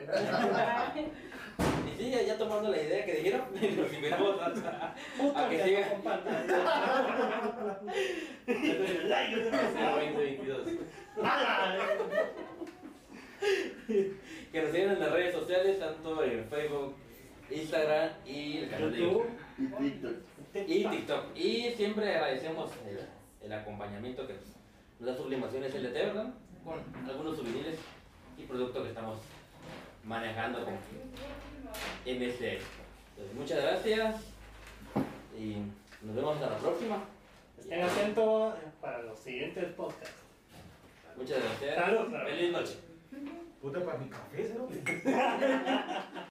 Y sí, ya, ya tomando la idea que dijeron, los invitamos a, Puta a que que sigan. no compartan. veinte veintidós. ¡Hala! Que nos sigan en las redes sociales, tanto en Facebook, Instagram y el canal de YouTube. YouTube. Y TikTok. Y TikTok. Y siempre agradecemos el, el acompañamiento que nos da Sublimaciones L T, ¿verdad? Con algunos souvenirs y productos que estamos manejando con M S X. Entonces, muchas gracias y nos vemos hasta la próxima. Estén atentos para los siguientes podcasts. Muchas gracias. Salud, salud. Feliz noche. Puta, para mi café, ¿no?